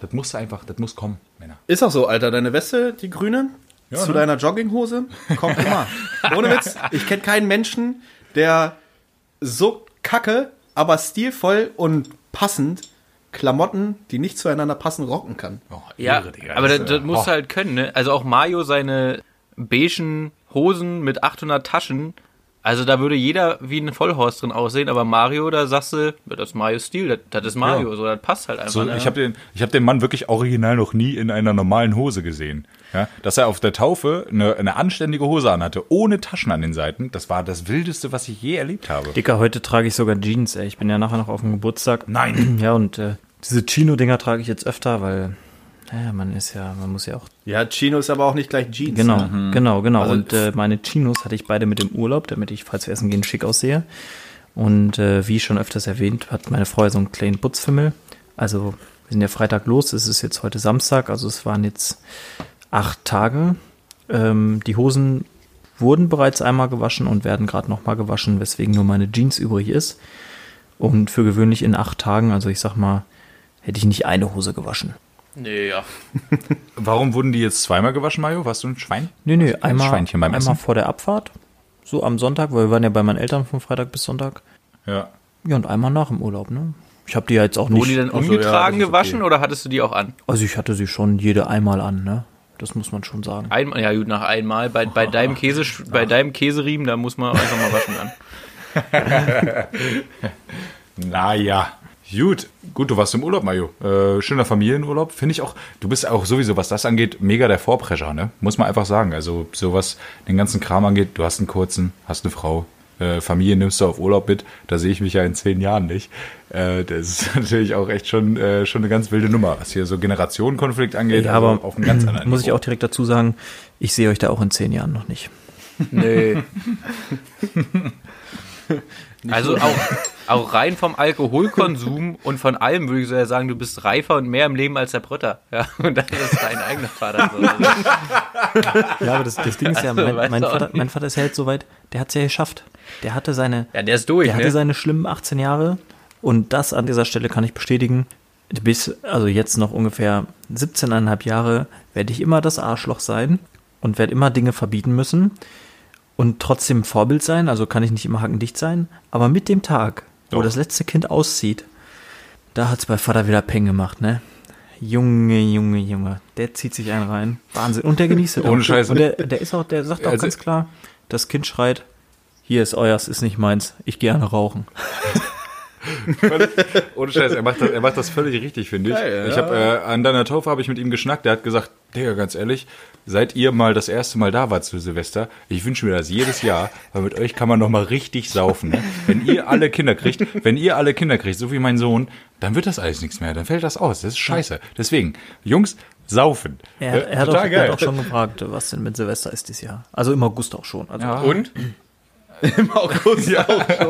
kommen, Männer. Ist auch so, Alter, deine Weste, die grüne, zu deiner Jogginghose, kommt immer. Ohne Witz, ich kenne keinen Menschen, der so kacke, aber stilvoll und passend Klamotten, die nicht zueinander passen, rocken kann. Oh, Ja, irre, Digga. aber das musst du halt können, ne? Also auch Mario seine beigen Hosen mit 800 Taschen, also da würde jeder wie ein Vollhorst drin aussehen, aber Mario, da sagst du, das ist Marios Stil, das ist Mario, so, das passt halt einfach. So, ne? ich hab den Mann wirklich original noch nie in einer normalen Hose gesehen. Ja, dass er auf der Taufe eine anständige Hose anhatte, ohne Taschen an den Seiten, das war das Wildeste, was ich je erlebt habe. Dicker, heute trage ich sogar Jeans, ey. Ich bin ja nachher noch auf dem Geburtstag. Nein. Ja, und diese Chino-Dinger trage ich jetzt öfter, weil man muss ja auch... Ja, Chino ist aber auch nicht gleich Jeans. Genau, ne? genau. Also, Und meine Chinos hatte ich beide mit im Urlaub, damit ich, falls wir essen gehen, schick aussehe. Und wie schon öfters erwähnt, hat meine Frau ja so einen kleinen Putzfimmel. Also wir sind ja Freitag los, es ist jetzt heute Samstag, also es waren jetzt 8 Tage. Die Hosen wurden bereits einmal gewaschen und werden gerade nochmal gewaschen, weswegen nur meine Jeans übrig ist. Und für gewöhnlich in 8 Tagen, also ich sag mal, hätte ich nicht eine Hose gewaschen. Nee, ja. Warum wurden die jetzt zweimal gewaschen, Mario? Warst du ein Schwein? Nee, Ein Schweinchen beim einmal Essen? vor der Abfahrt, so am Sonntag, weil wir waren ja bei meinen Eltern von Freitag bis Sonntag. Ja. Ja, und einmal nach im Urlaub, ne? Ich habe die ja jetzt auch nicht... Wurden die dann Ach so, umgetragen ja, das ist gewaschen okay. oder hattest du die auch an? Also ich hatte sie schon jede einmal an, ne? Das muss man schon sagen. Einmal, ja gut, nach einmal. Bei deinem Käseriemen, da muss man einfach mal waschen dann. Naja. Gut, du warst im Urlaub, Mario. Schöner Familienurlaub. Finde ich auch, du bist auch sowieso, was das angeht, mega der Vorprescher, ne? Muss man einfach sagen. Also, so was den ganzen Kram angeht, du hast einen kurzen, hast eine Frau, Familie nimmst du auf Urlaub mit, da sehe ich mich ja in 10 Jahren nicht. Das ist natürlich auch echt schon eine ganz wilde Nummer, was hier so Generationenkonflikt angeht, Ja, also aber auf einem ganz anderen muss ich Niveau. auch direkt dazu sagen, ich sehe euch da auch in 10 Jahren noch nicht. Nee. Also auch rein vom Alkoholkonsum und von allem würde ich so sagen, du bist reifer und mehr im Leben als der Brütter. Ja, und das ist dein eigener Vater. So. Ja, aber das Ding ist ja, Also, weißt mein du Vater ist ja jetzt soweit, der hat es ja geschafft. Der hatte seine, Ja, der ist durch, der hatte ne? seine schlimmen 18 Jahre und das an dieser Stelle kann ich bestätigen. Bis, also jetzt noch ungefähr 17,5 Jahre werde ich immer das Arschloch sein und werde immer Dinge verbieten müssen. und trotzdem Vorbild sein, also kann ich nicht immer hackendicht sein, aber mit dem Tag, wo das letzte Kind auszieht, da hat's bei Vater wieder Peng gemacht, ne? Junge, der zieht sich einen rein. Wahnsinn. Und der genießt es auch. Ohne Scheiße. Und der sagt auch ganz klar, das Kind schreit, hier ist euers, ist nicht meins, ich gehe gerne rauchen. Ohne Scheiß, er macht das völlig richtig, finde ich. Ja. Ich habe an deiner Taufe habe ich mit ihm geschnackt, der hat gesagt, Digga, ganz ehrlich, seit ihr mal das erste Mal da wart zu Silvester, ich wünsche mir das jedes Jahr, weil mit euch kann man noch mal richtig saufen. Ne? Wenn ihr alle Kinder kriegt, so wie mein Sohn, dann wird das alles nichts mehr, dann fällt das aus, das ist scheiße. Deswegen, Jungs, saufen. Er hat auch schon gefragt, was denn mit Silvester ist dieses Jahr. Also im August auch schon. Also ja. Und? Im August auch schon.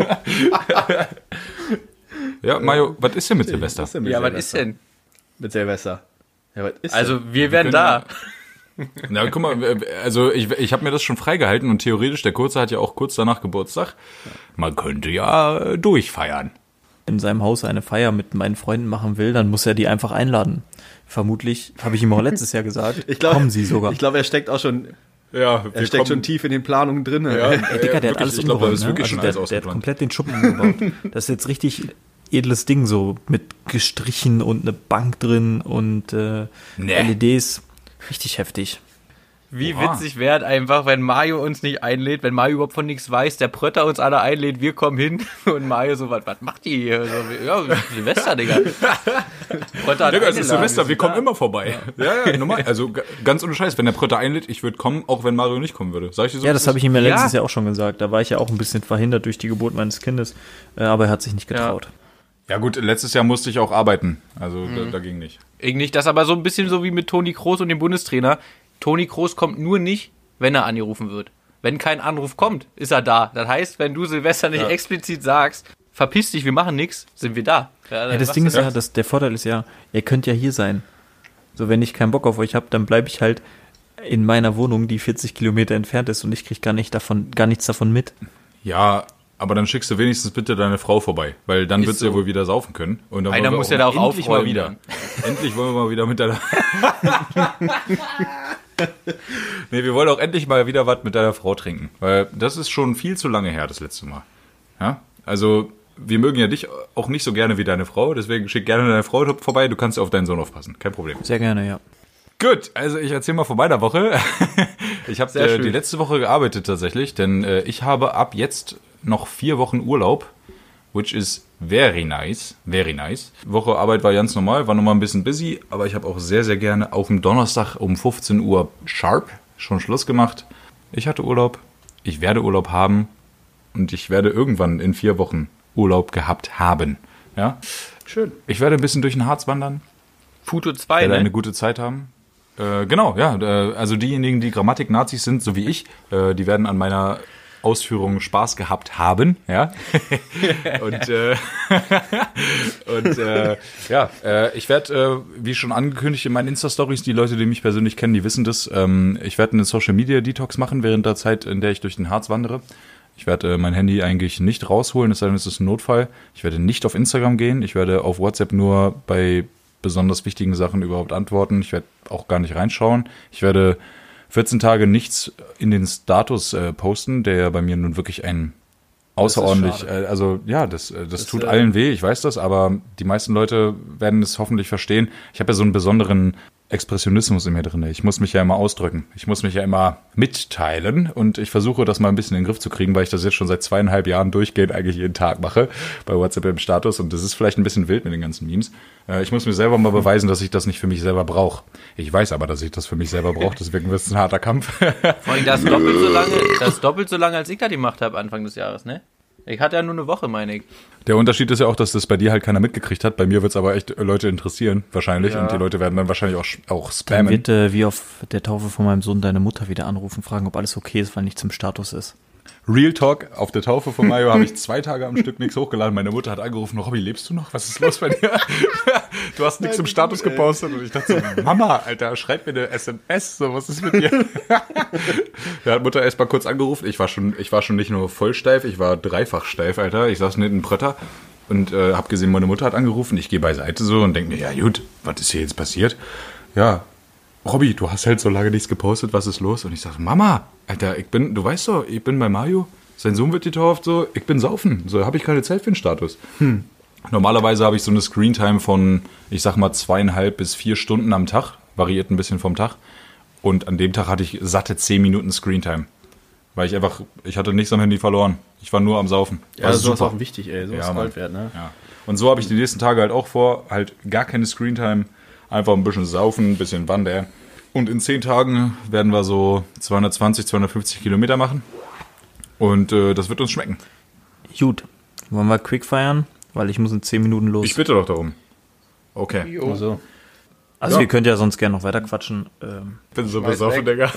Ja, Mario, was ist denn mit Silvester? Was ist denn? Mit Silvester. Ja, was ist also, wir werden da. Na, guck mal, also ich habe mir das schon freigehalten und theoretisch, der Kurze hat ja auch kurz danach Geburtstag. Man könnte ja durchfeiern. In seinem Haus eine Feier mit meinen Freunden machen will, dann muss er die einfach einladen. Vermutlich, habe ich ihm auch letztes Jahr gesagt, kommen sie sogar. Ich glaube, er steckt auch schon... Ja, er steckt schon tief in den Planungen drin. Ja, Ey, Dicker, der hat alles umgebaut. Ich glaube, ne? Also der hat komplett den Schuppen umgebaut. Das ist jetzt richtig edles Ding, so mit Gestrichen und eine Bank drin und LEDs. Richtig heftig. Wie witzig wäre einfach, wenn Mario uns nicht einlädt, wenn Mario überhaupt von nichts weiß, der Prötter uns alle einlädt, wir kommen hin und Mario so, was macht die hier? So, ja, Silvester, Digga. Prötter Digga, es ist Silvester, wir kommen immer vorbei. Ja, normal. Also ganz ohne Scheiß, wenn der Prötter einlädt, ich würde kommen, auch wenn Mario nicht kommen würde. Sag ich dir so? Ja, das habe ich ihm ja letztes Jahr auch schon gesagt. Da war ich ja auch ein bisschen verhindert durch die Geburt meines Kindes, aber er hat sich nicht getraut. Ja gut, letztes Jahr musste ich auch arbeiten, also da ging nicht. Irgendwie das aber so ein bisschen so wie mit Toni Kroos und dem Bundestrainer. Toni Kroos kommt nur nicht, wenn er angerufen wird. Wenn kein Anruf kommt, ist er da. Das heißt, wenn du Silvester nicht explizit sagst, verpiss dich, wir machen nichts, sind wir da. Ja, das Ding ist ja, der Vorteil ist ja, ihr könnt ja hier sein. So, wenn ich keinen Bock auf euch habe, dann bleibe ich halt in meiner Wohnung, die 40 Kilometer entfernt ist und ich kriege gar nichts davon mit. Ja, aber dann schickst du wenigstens bitte deine Frau vorbei, weil dann wird sie ja wohl wieder saufen können. Und dann einer muss ja da auch endlich mal aufräumen. Wieder. Endlich wollen wir mal wieder mit deiner... Nee, wir wollen auch endlich mal wieder was mit deiner Frau trinken, weil das ist schon viel zu lange her, das letzte Mal. Ja, also wir mögen ja dich auch nicht so gerne wie deine Frau, deswegen schick gerne deine Frau vorbei, du kannst auf deinen Sohn aufpassen, kein Problem. Sehr gerne, ja. Gut, also ich erzähle mal von meiner Woche. Ich habe die letzte Woche gearbeitet tatsächlich, denn ich habe ab jetzt noch 4 Wochen Urlaub, which is very nice, very nice. Woche Arbeit war ganz normal, war nochmal ein bisschen busy, aber ich habe auch sehr, sehr gerne auf dem Donnerstag um 15 Uhr sharp schon Schluss gemacht. Ich hatte Urlaub, ich werde Urlaub haben und ich werde irgendwann in 4 Wochen Urlaub gehabt haben. Ja? Schön. Ich werde ein bisschen durch den Harz wandern. Futo 2, werde eine gute Zeit haben. Genau, ja. Also diejenigen, die Grammatik-Nazis sind, so wie ich, die werden an meiner Ausführungen Spaß gehabt haben, ja. Ich werde, wie schon angekündigt in meinen Insta-Stories, die Leute, die mich persönlich kennen, die wissen das, ich werde eine Social-Media-Detox machen während der Zeit, in der ich durch den Harz wandere. Ich werde mein Handy eigentlich nicht rausholen, es sei denn, es ist ein Notfall. Ich werde nicht auf Instagram gehen, ich werde auf WhatsApp nur bei besonders wichtigen Sachen überhaupt antworten. Ich werde auch gar nicht reinschauen. Ich werde 14 Tage nichts in den Status posten, der bei mir nun wirklich ein außerordentlich, das tut allen weh, ich weiß das, aber die meisten Leute werden es hoffentlich verstehen. Ich habe ja so einen besonderen Expressionismus in mir drin. Ich muss mich ja immer ausdrücken. Ich muss mich ja immer mitteilen und ich versuche das mal ein bisschen in den Griff zu kriegen, weil ich das jetzt schon seit 2,5 Jahren durchgehend eigentlich jeden Tag mache bei WhatsApp im Status und das ist vielleicht ein bisschen wild mit den ganzen Memes. Ich muss mir selber mal beweisen, dass ich das nicht für mich selber brauche. Ich weiß aber, dass ich das für mich selber brauche, deswegen wird es ein harter Kampf. Vor allem das doppelt so lange, als ich das gemacht habe Anfang des Jahres, ne? Ich hatte ja nur eine Woche, meine ich. Der Unterschied ist ja auch, dass das bei dir halt keiner mitgekriegt hat. Bei mir wird es aber echt Leute interessieren, wahrscheinlich. Ja. Und die Leute werden dann wahrscheinlich auch spammen. Dann wird wie auf der Taufe von meinem Sohn deine Mutter wieder anrufen, fragen, ob alles okay ist, weil nichts im Status ist. Real Talk, auf der Taufe von Mario habe ich 2 Tage am Stück nichts hochgeladen. Meine Mutter hat angerufen, Robby, lebst du noch? Was ist los bei dir? Du hast nichts im Status gepostet. Und ich dachte so, Mama, Alter, schreib mir eine SMS. So, was ist mit dir? Da hat Mutter erst mal kurz angerufen. Ich war schon nicht nur voll steif, ich war dreifach steif, Alter. Ich saß neben Prötter und habe gesehen, meine Mutter hat angerufen. Ich gehe beiseite so und denke mir, ja gut, was ist hier jetzt passiert? Ja, Robby, du hast halt so lange nichts gepostet, was ist los? Und ich sag, Mama, Alter, du weißt doch, ich bin bei Mario, sein Sohn wird getauft, so, ich bin saufen, so habe ich keine Zeit für den Status. Normalerweise habe ich so eine Screentime von, ich sag mal, 2,5 bis 4 Stunden am Tag, variiert ein bisschen vom Tag. Und an dem Tag hatte ich satte 10 Minuten Screentime. Weil ich hatte nichts am Handy verloren. Ich war nur am Saufen. Ja, also sowas auch wichtig, ey. Sowas Ja, Gold wert, ne? Ja. Und so habe ich die nächsten Tage halt auch vor, halt gar keine Screentime, einfach ein bisschen saufen, ein bisschen wandern. Und in 10 Tagen werden wir so 220, 250 Kilometer machen. Und das wird uns schmecken. Gut. Wollen wir quick feiern? Weil ich muss in 10 Minuten los. Ich bitte doch darum. Okay. Also, Also Ja. ihr könnt ja sonst gerne noch weiter quatschen. Bin so Schmeiß besoffen, weg.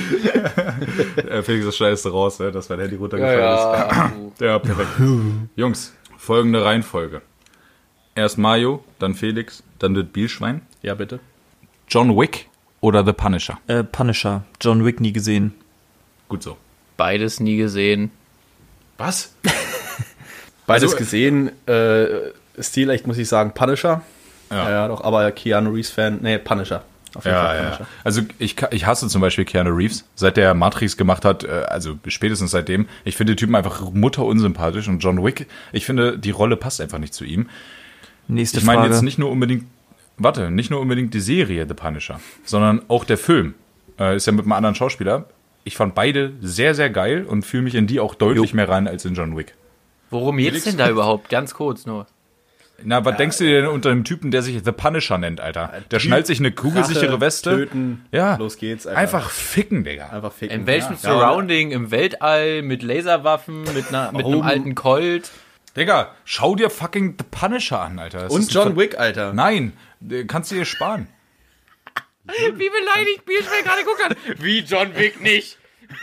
Digga. Felix, das scheißt du raus, ne, dass mein Handy runtergefallen Ja. ist. Ja, perfekt. Jungs, folgende Reihenfolge. Erst Mario, dann Felix, dann das Bielschwein. ja, bitte. John Wick oder The Punisher? Punisher. John Wick nie gesehen. Gut so. Beides nie gesehen. Was? Beides Also, gesehen, stilecht muss ich sagen, Punisher. Ja. Ja, doch, aber Keanu Reeves-Fan, nee, Punisher. Auf jeden Fall Ja. Punisher. Also ich hasse zum Beispiel Keanu Reeves, seit der Matrix gemacht hat, also spätestens seitdem. Ich finde den Typen einfach mutterunsympathisch und John Wick, ich finde, die Rolle passt einfach nicht zu ihm. Nächste Ich meine Frage. jetzt nicht nur unbedingt die Serie The Punisher, sondern auch der Film. Ist ja mit einem anderen Schauspieler. Ich fand beide sehr, sehr geil und fühle mich in die auch deutlich mehr rein als in John Wick. Worum geht's denn da überhaupt? Ganz kurz nur. Na, was denkst du dir denn unter einem Typen, der sich The Punisher nennt, Alter? Der schnallt sich eine kugelsichere Rache, Weste. Töten, Ja. los geht's. Alter. Einfach ficken, Digga. Einfach ficken. In welchem Ja. Surrounding? Im Weltall? Mit Laserwaffen? Mit einem alten Colt? Digga, schau dir fucking The Punisher an, Alter. Das Und ist John Wick, Alter. Nein, kannst du dir sparen. Wie beleidigt Bierschwein gerade guckt hat. Wie John Wick nicht?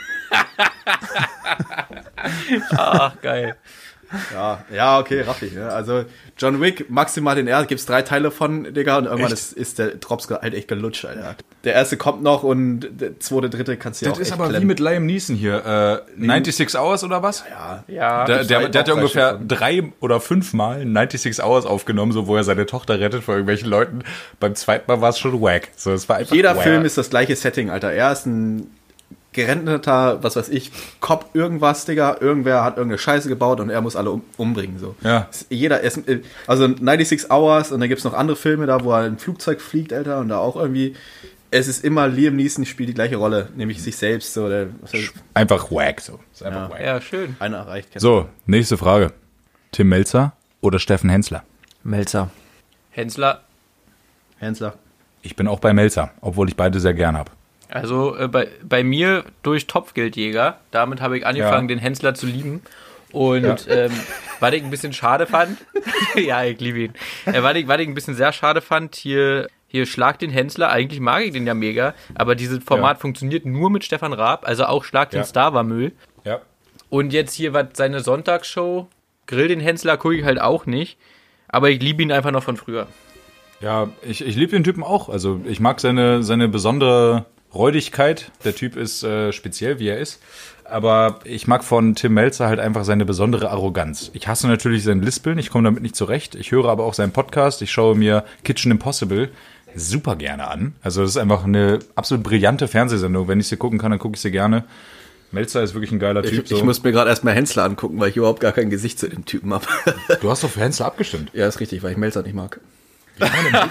Ach, geil. Ja, okay, raffig. Ja. Also John Wick, maximal den ersten, gibt's 3 Teile von, Digga, und irgendwann ist der Drops halt echt gelutscht, Alter. Der erste kommt noch und der zweite, dritte kannst du ja auch Das ist echt aber wie klemmen. mit Liam Neeson hier. 96 Hours oder was? Ja. Der hat ja drei ungefähr Stunden. 3 oder 5 Mal 96 Hours aufgenommen, so wo er seine Tochter rettet vor irgendwelchen Leuten. Beim zweiten Mal war es schon wack. So, es war einfach Jeder wack. Film ist das gleiche Setting, Alter. Er ist ein gerendeter, was weiß ich, Cop irgendwas, Digga. Irgendwer hat irgendeine Scheiße gebaut und er muss alle umbringen, so. Ja. Also 96 Hours und dann gibt's noch andere Filme da, wo er ein Flugzeug fliegt, Alter, und da auch irgendwie, es ist immer Liam Neeson spielt die gleiche Rolle, nämlich sich selbst, so, der, was weiß ich, Einfach wack. So. Ist einfach wack. Ja, schön. einer erreicht. So, nächste Frage. Tim Melzer oder Steffen Hensler? Melzer. Hensler. Hensler. Ich bin auch bei Melzer, obwohl ich beide sehr gern habe. Also bei mir durch Topfgeldjäger. Damit habe ich angefangen, den Hensler zu lieben. Und was ich ein bisschen schade fand, ja, ich liebe ihn. Was ich ein bisschen sehr schade fand, hier Schlag den Hensler, eigentlich mag ich den ja mega, aber dieses Format funktioniert nur mit Stefan Raab, also auch Schlag den Star war Müll. Ja. Und jetzt hier seine Sonntagsshow, Grill den Hensler, gucke ich halt auch nicht, aber ich liebe ihn einfach noch von früher. Ja, ich liebe den Typen auch. Also ich mag seine besondere Räudigkeit. Der Typ ist speziell, wie er ist. Aber ich mag von Tim Melzer halt einfach seine besondere Arroganz. Ich hasse natürlich sein Lispeln, ich komme damit nicht zurecht. Ich höre aber auch seinen Podcast. Ich schaue mir Kitchen Impossible super gerne an. Also das ist einfach eine absolut brillante Fernsehsendung. Wenn ich sie gucken kann, dann gucke ich sie gerne. Melzer ist wirklich ein geiler Typ. Ich muss mir gerade erstmal Hensler angucken, weil ich überhaupt gar kein Gesicht zu dem Typen habe. Du hast doch für Hensler abgestimmt. Ja, ist richtig, weil ich Melzer nicht mag. Ja,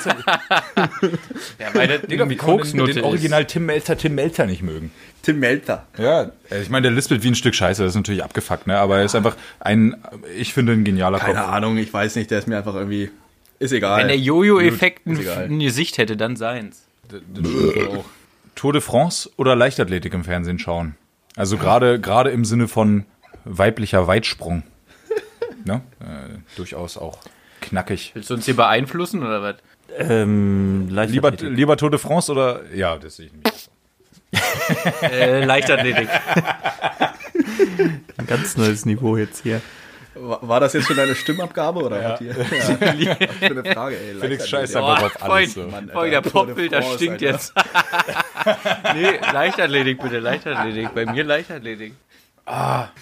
weil das Digga, irgendwie wie kann man denn Koksnutte den ist. Original Tim Melzer nicht mögen? Tim Melzer. Ja, ich meine, der lispelt wie ein Stück Scheiße, das ist natürlich abgefuckt, ne? Aber er ist einfach ich finde, ein genialer Keine Kopf. Ahnung, ich weiß nicht, der ist mir einfach irgendwie, ist egal. Wenn der Jojo-Effekt Ist egal. ein Gesicht hätte, dann seins. Auch. Tour de France oder Leichtathletik im Fernsehen schauen? Also gerade im Sinne von weiblicher Weitsprung. Ne? Durchaus auch knackig. Willst du uns hier beeinflussen oder was? Leichtathletik. Lieber Tour de France oder... Ja, das sehe ich nicht. Leichtathletik. Ein ganz neues Niveau jetzt hier. War das jetzt schon deine Stimmabgabe oder was hier? Ja. Was für eine Frage, ey. Felix scheißt Oh, einfach auf alles. So. Mann, Voll, der Alter. Tour de Popfilter France, stinkt Alter. jetzt. Nee, Leichtathletik bitte, Leichtathletik. Bei mir Leichtathletik.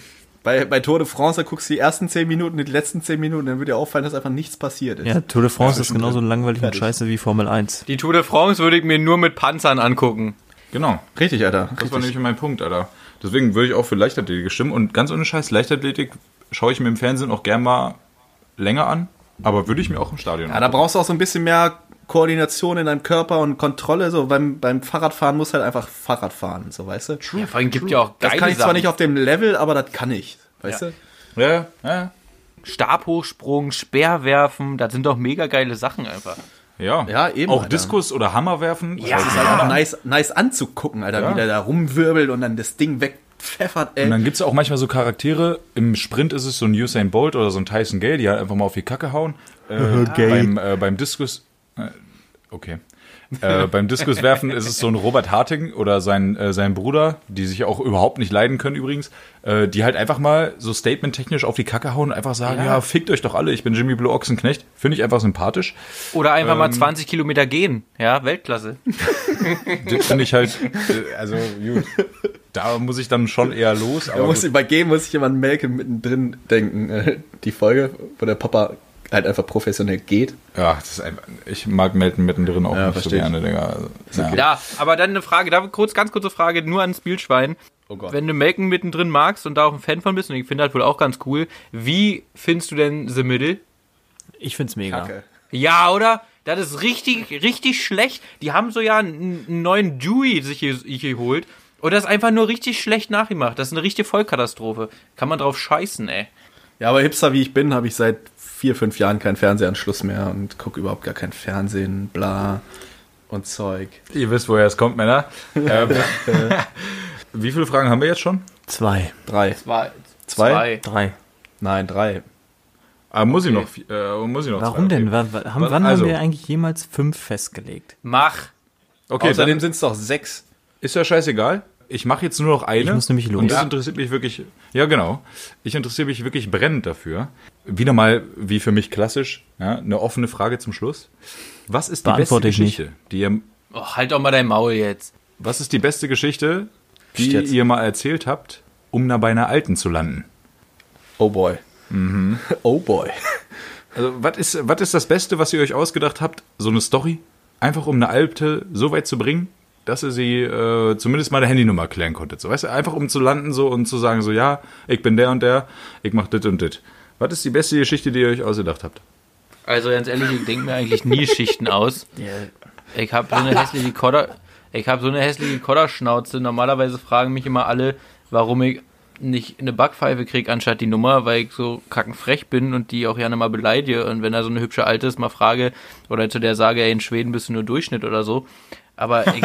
Bei Tour de France guckst du die ersten 10 Minuten, die letzten 10 Minuten, dann wird dir auffallen, dass einfach nichts passiert ist. Ja, Tour de France ist genauso langweilig und scheiße wie Formel 1. Die Tour de France würde ich mir nur mit Panzern angucken. Genau. Richtig, Alter. Das war nämlich mein Punkt, Alter. Deswegen würde ich auch für Leichtathletik stimmen. Und ganz ohne Scheiß, Leichtathletik schaue ich mir im Fernsehen auch gern mal länger an. Aber würde ich mir auch im Stadion Ja, da brauchst du auch so ein bisschen mehr Koordination in deinem Körper und Kontrolle. So beim Fahrradfahren musst du halt einfach Fahrrad fahren, so, weißt du? Ja, vor allem gibt ja auch geile Das kann ich zwar Sachen. nicht auf dem Level, aber das kann ich, weißt du? Ja. Stabhochsprung, Speerwerfen, das sind doch mega geile Sachen einfach. Ja, eben, Auch Alter. Diskus oder Hammer werfen. Ja. Das ist halt auch nice anzugucken, Alter, wie der da rumwirbelt und dann das Ding wegpfeffert, ey. Und dann gibt es auch manchmal so Charaktere, im Sprint ist es so ein Usain Bolt oder so ein Tyson Gale, die halt einfach mal auf die Kacke hauen. Beim Diskus... okay. Beim Diskuswerfen ist es so ein Robert Harting oder sein Bruder, die sich auch überhaupt nicht leiden können übrigens, die halt einfach mal so statementtechnisch auf die Kacke hauen und einfach sagen, ja, fickt euch doch alle, ich bin Jimmy Blue Ochsenknecht. Finde ich einfach sympathisch. Oder einfach mal 20 Kilometer gehen. Ja, Weltklasse. Das finde ich halt, also gut, da muss ich dann schon eher los. Aber Bei Game muss ich immer an Malcolm mittendrin denken. Die Folge, wo der Papa halt einfach professionell geht. ja, das ist einfach, ich mag Melton mittendrin auch nicht so verstehe ich. gerne, Digga. Also, ja. Ja, aber dann eine Frage, ganz kurze Frage, nur ans Spielschwein. Oh Gott. Wenn du Malcolm mittendrin magst und da auch ein Fan von bist, und ich finde das wohl auch ganz cool, wie findest du denn The Middle? Ich find's mega. Kacke. Ja, oder? Das ist richtig schlecht. Die haben so ja einen neuen Dewey sich hier geholt. Und das ist einfach nur richtig schlecht nachgemacht. Das ist eine richtige Vollkatastrophe. Kann man drauf scheißen, ey. Ja, aber Hipster wie ich bin, habe ich seit 4-5 Jahren keinen Fernsehanschluss mehr und gucke überhaupt gar kein Fernsehen, bla und Zeug. Ihr wisst, woher es kommt, Männer. Wie viele Fragen haben wir jetzt schon? 2, 3. Zwei. 3. Nein, 3. Muss ich noch Warum zwei, denn? okay. Wann Also. haben wir eigentlich jemals 5 festgelegt? Mach. Okay, Außerdem dann sind es doch 6. ist ja scheißegal. Ich mache jetzt nur noch eine. Ich muss nämlich los. Und das Ja. interessiert mich wirklich. Ja, genau. Ich interessiere mich wirklich brennend dafür. Wieder mal, wie für mich klassisch, ja, eine offene Frage zum Schluss. Was ist die beste Beantworte ich nicht. Geschichte, die ihr, Oh, halt doch mal dein Maul jetzt. was ist die beste Geschichte, die Jetzt. ihr mal erzählt habt, um da bei einer Alten zu landen? Oh boy. Oh boy. Also, was ist das Beste, was ihr euch ausgedacht habt? So eine Story? Einfach um eine Alte so weit zu bringen, dass ihr sie zumindest mal eine Handynummer klären konntet. So, weißt du, einfach um zu landen so und zu sagen, so, ja, ich bin der und der, ich mach dit und dit. Was ist die beste Geschichte, die ihr euch ausgedacht habt? Also ganz ehrlich, ich denke mir eigentlich nie Schichten aus. Ich habe so eine hässliche Kodderschnauze. Normalerweise fragen mich immer alle, warum ich nicht eine Backpfeife kriege anstatt die Nummer, weil ich so kackenfrech bin und die auch gerne mal beleidige. Und wenn da so eine hübsche Alte ist, mal frage oder zu der sage, ey, in Schweden bist du nur Durchschnitt oder so. Aber ich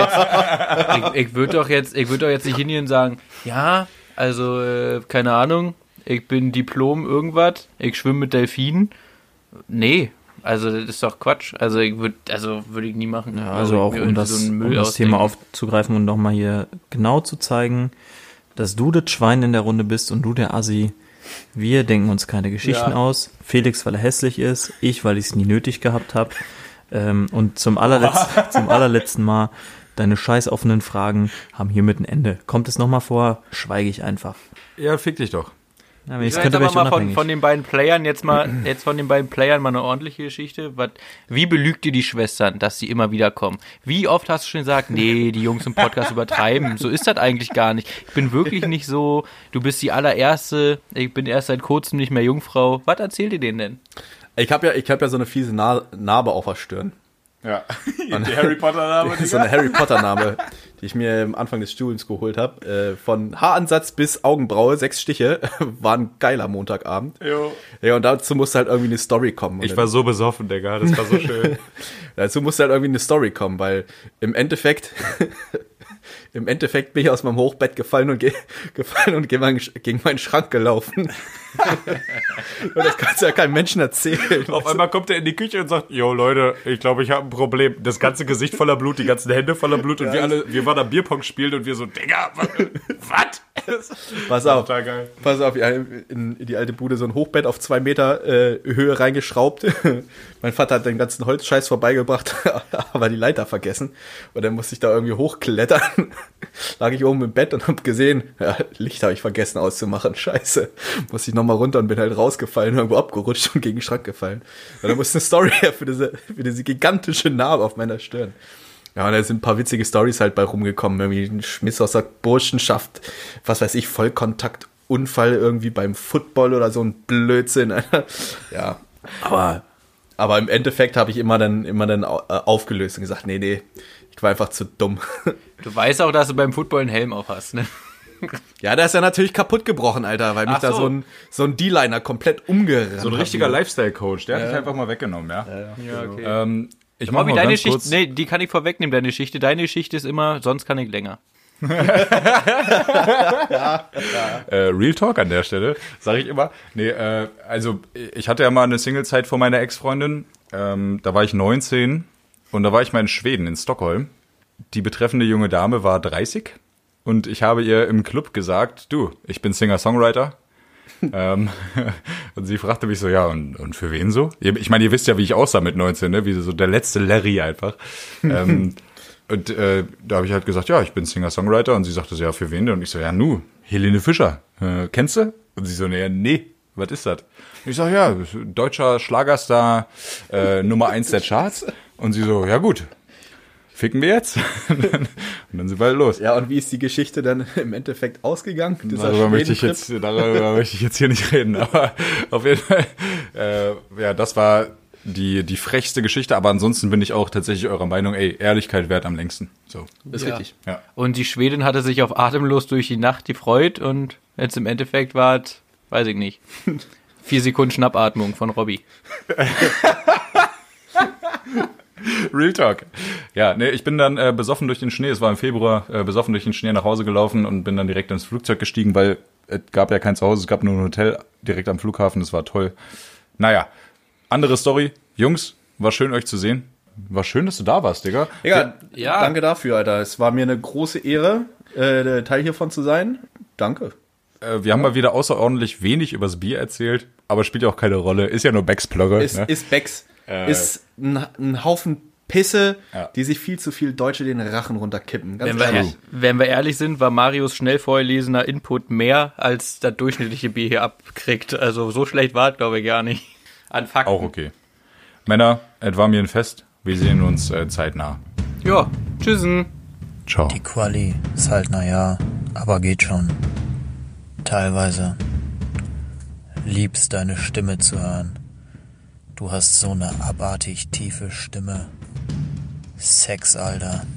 würde doch jetzt nicht hingehen und sagen, ja, also, keine Ahnung, ich bin Diplom irgendwas, ich schwimme mit Delfinen. Nee, also das ist doch Quatsch. Also würde ich nie machen. Ja, also auch mir um irgendwie das, so einen Müll um das ausdenken. Thema aufzugreifen und nochmal hier genau zu zeigen, dass du das Schwein in der Runde bist und du der Assi. Wir denken uns keine Geschichten aus. Felix, weil er hässlich ist. Ich, weil ich es nie nötig gehabt habe. Und zum allerletzten Mal, deine scheiß offenen Fragen haben hiermit ein Ende. Kommt es nochmal vor, schweige ich einfach. Ja, fick dich doch. Ja, wenn ich es Jetzt könnte, aber wäre ich mal unabhängig. von den beiden Playern jetzt von den beiden Playern mal eine ordentliche Geschichte. Wie belügt ihr die Schwestern, dass sie immer wieder kommen? Wie oft hast du schon gesagt, nee, die Jungs im Podcast übertreiben? So ist das eigentlich gar nicht. Ich bin wirklich nicht so, du bist die allererste, ich bin erst seit kurzem nicht mehr Jungfrau. Was erzählt ihr denen denn? Ich hab ja so eine fiese Narbe auf der Stirn. Ja. Die Harry Potter-Name, So eine Harry Potter-Narbe, die ich mir am Anfang des Studiums geholt habe. Von Haaransatz bis Augenbraue, 6 Stiche. War ein geiler Montagabend. Jo. Ja, und dazu musste halt irgendwie eine Story kommen. Ich war so besoffen, Digga, das war so schön. Dazu musste halt irgendwie eine Story kommen, weil im Endeffekt bin ich aus meinem Hochbett gefallen und gegen meinen Schrank gelaufen. Und das kannst du ja keinem Menschen erzählen. Auf einmal kommt er in die Küche und sagt, jo Leute, ich glaube, ich habe ein Problem. Das ganze Gesicht voller Blut, die ganzen Hände voller Blut und wir waren am Bierpong spielen und wir so, Digga, was? Pass auf. Total geil. Pass auf, in die alte Bude so ein Hochbett auf 2 Meter Höhe reingeschraubt. Mein Vater hat den ganzen Holzscheiß vorbeigebracht, aber die Leiter vergessen. Und dann musste ich da irgendwie hochklettern. Lag ich oben im Bett und hab gesehen, ja, Licht habe ich vergessen auszumachen. Scheiße. Musste ich nochmal runter und bin halt rausgefallen, irgendwo abgerutscht und gegen den Schrank gefallen. Und dann musste eine Story her für diese gigantische Narbe auf meiner Stirn. Ja, und da sind ein paar witzige Storys halt bei rumgekommen. Irgendwie ein Schmiss aus der Burschenschaft, was weiß ich, Vollkontaktunfall irgendwie beim Football oder so ein Blödsinn. Ja, aber im Endeffekt habe ich immer dann aufgelöst und gesagt, nee, ich war einfach zu dumm. Du weißt auch, dass du beim Football einen Helm auf hast, ne? Ja, der ist ja natürlich kaputt gebrochen, Alter, weil mich Ach da so. so ein D-Liner komplett umgerannt So ein hat. richtiger Lifestyle-Coach, der hat dich einfach mal weggenommen, ja. Ja, okay. Ich mach Robby, mal deine ganz Geschichte, kurz. nee, die kann ich vorwegnehmen, deine Geschichte. Deine Geschichte ist immer, sonst kann ich länger. Real Talk an der Stelle, sage ich immer. Nee, also ich hatte ja mal eine Single-Zeit vor meiner Ex-Freundin. Da war ich 19 und da war ich mal in Schweden, in Stockholm. Die betreffende junge Dame war 30 und ich habe ihr im Club gesagt, du, ich bin Singer-Songwriter. Und sie fragte mich so, ja, und für wen so? Ich meine, ihr wisst ja, wie ich aussah mit 19, ne? Wie so der letzte Larry einfach. Und da habe ich halt gesagt, ja, ich bin Singer-Songwriter. Und sie sagte so, ja, für wen denn? Und ich so, ja, Helene Fischer. Kennst du? Und sie so, nee, was ist das? Und ich sag, ja, deutscher Schlagerstar, Nummer 1 der Charts. Und sie so, ja gut, ficken wir jetzt? Und dann sind wir halt los. Ja, und wie ist die Geschichte dann im Endeffekt ausgegangen? Darüber möchte ich jetzt hier nicht reden, aber auf jeden Fall, ja, das war die frechste Geschichte, aber ansonsten bin ich auch tatsächlich eurer Meinung, Ehrlichkeit währt am längsten. So. Ist richtig. Ja. Und die Schwedin hatte sich auf Atemlos durch die Nacht gefreut und jetzt im Endeffekt war es, weiß ich nicht, 4 Sekunden Schnappatmung von Robby. Real Talk. Ja, nee, ich bin dann besoffen durch den Schnee, es war im Februar, besoffen durch den Schnee nach Hause gelaufen und bin dann direkt ins Flugzeug gestiegen, weil es gab ja kein Zuhause, es gab nur ein Hotel direkt am Flughafen, das war toll. Naja, andere Story. Jungs, war schön euch zu sehen. War schön, dass du da warst, Digga. Ja, Ja. Danke dafür, Alter. Es war mir eine große Ehre, Teil hiervon zu sein. Danke. Wir haben mal wieder außerordentlich wenig übers Bier erzählt, aber spielt ja auch keine Rolle. Ist ja nur Becks Plörre. Ist Becks. Ist ein Haufen Pisse, Ja. die sich viel zu viel Deutsche den Rachen runterkippen. Ganz ehrlich. Wenn wir ehrlich sind, war Marius schnell vorgelesener Input mehr, als das durchschnittliche Bier hier abkriegt. Also so schlecht war es, glaube ich, gar nicht. An Fakten. Auch okay. Männer, es war mir ein Fest. Wir sehen uns zeitnah. Ja, tschüssen. Ciao. Die Quali ist halt naja, aber geht schon. Teilweise. Liebst deine Stimme zu hören. Du hast so eine abartig tiefe Stimme. Sex, Alter.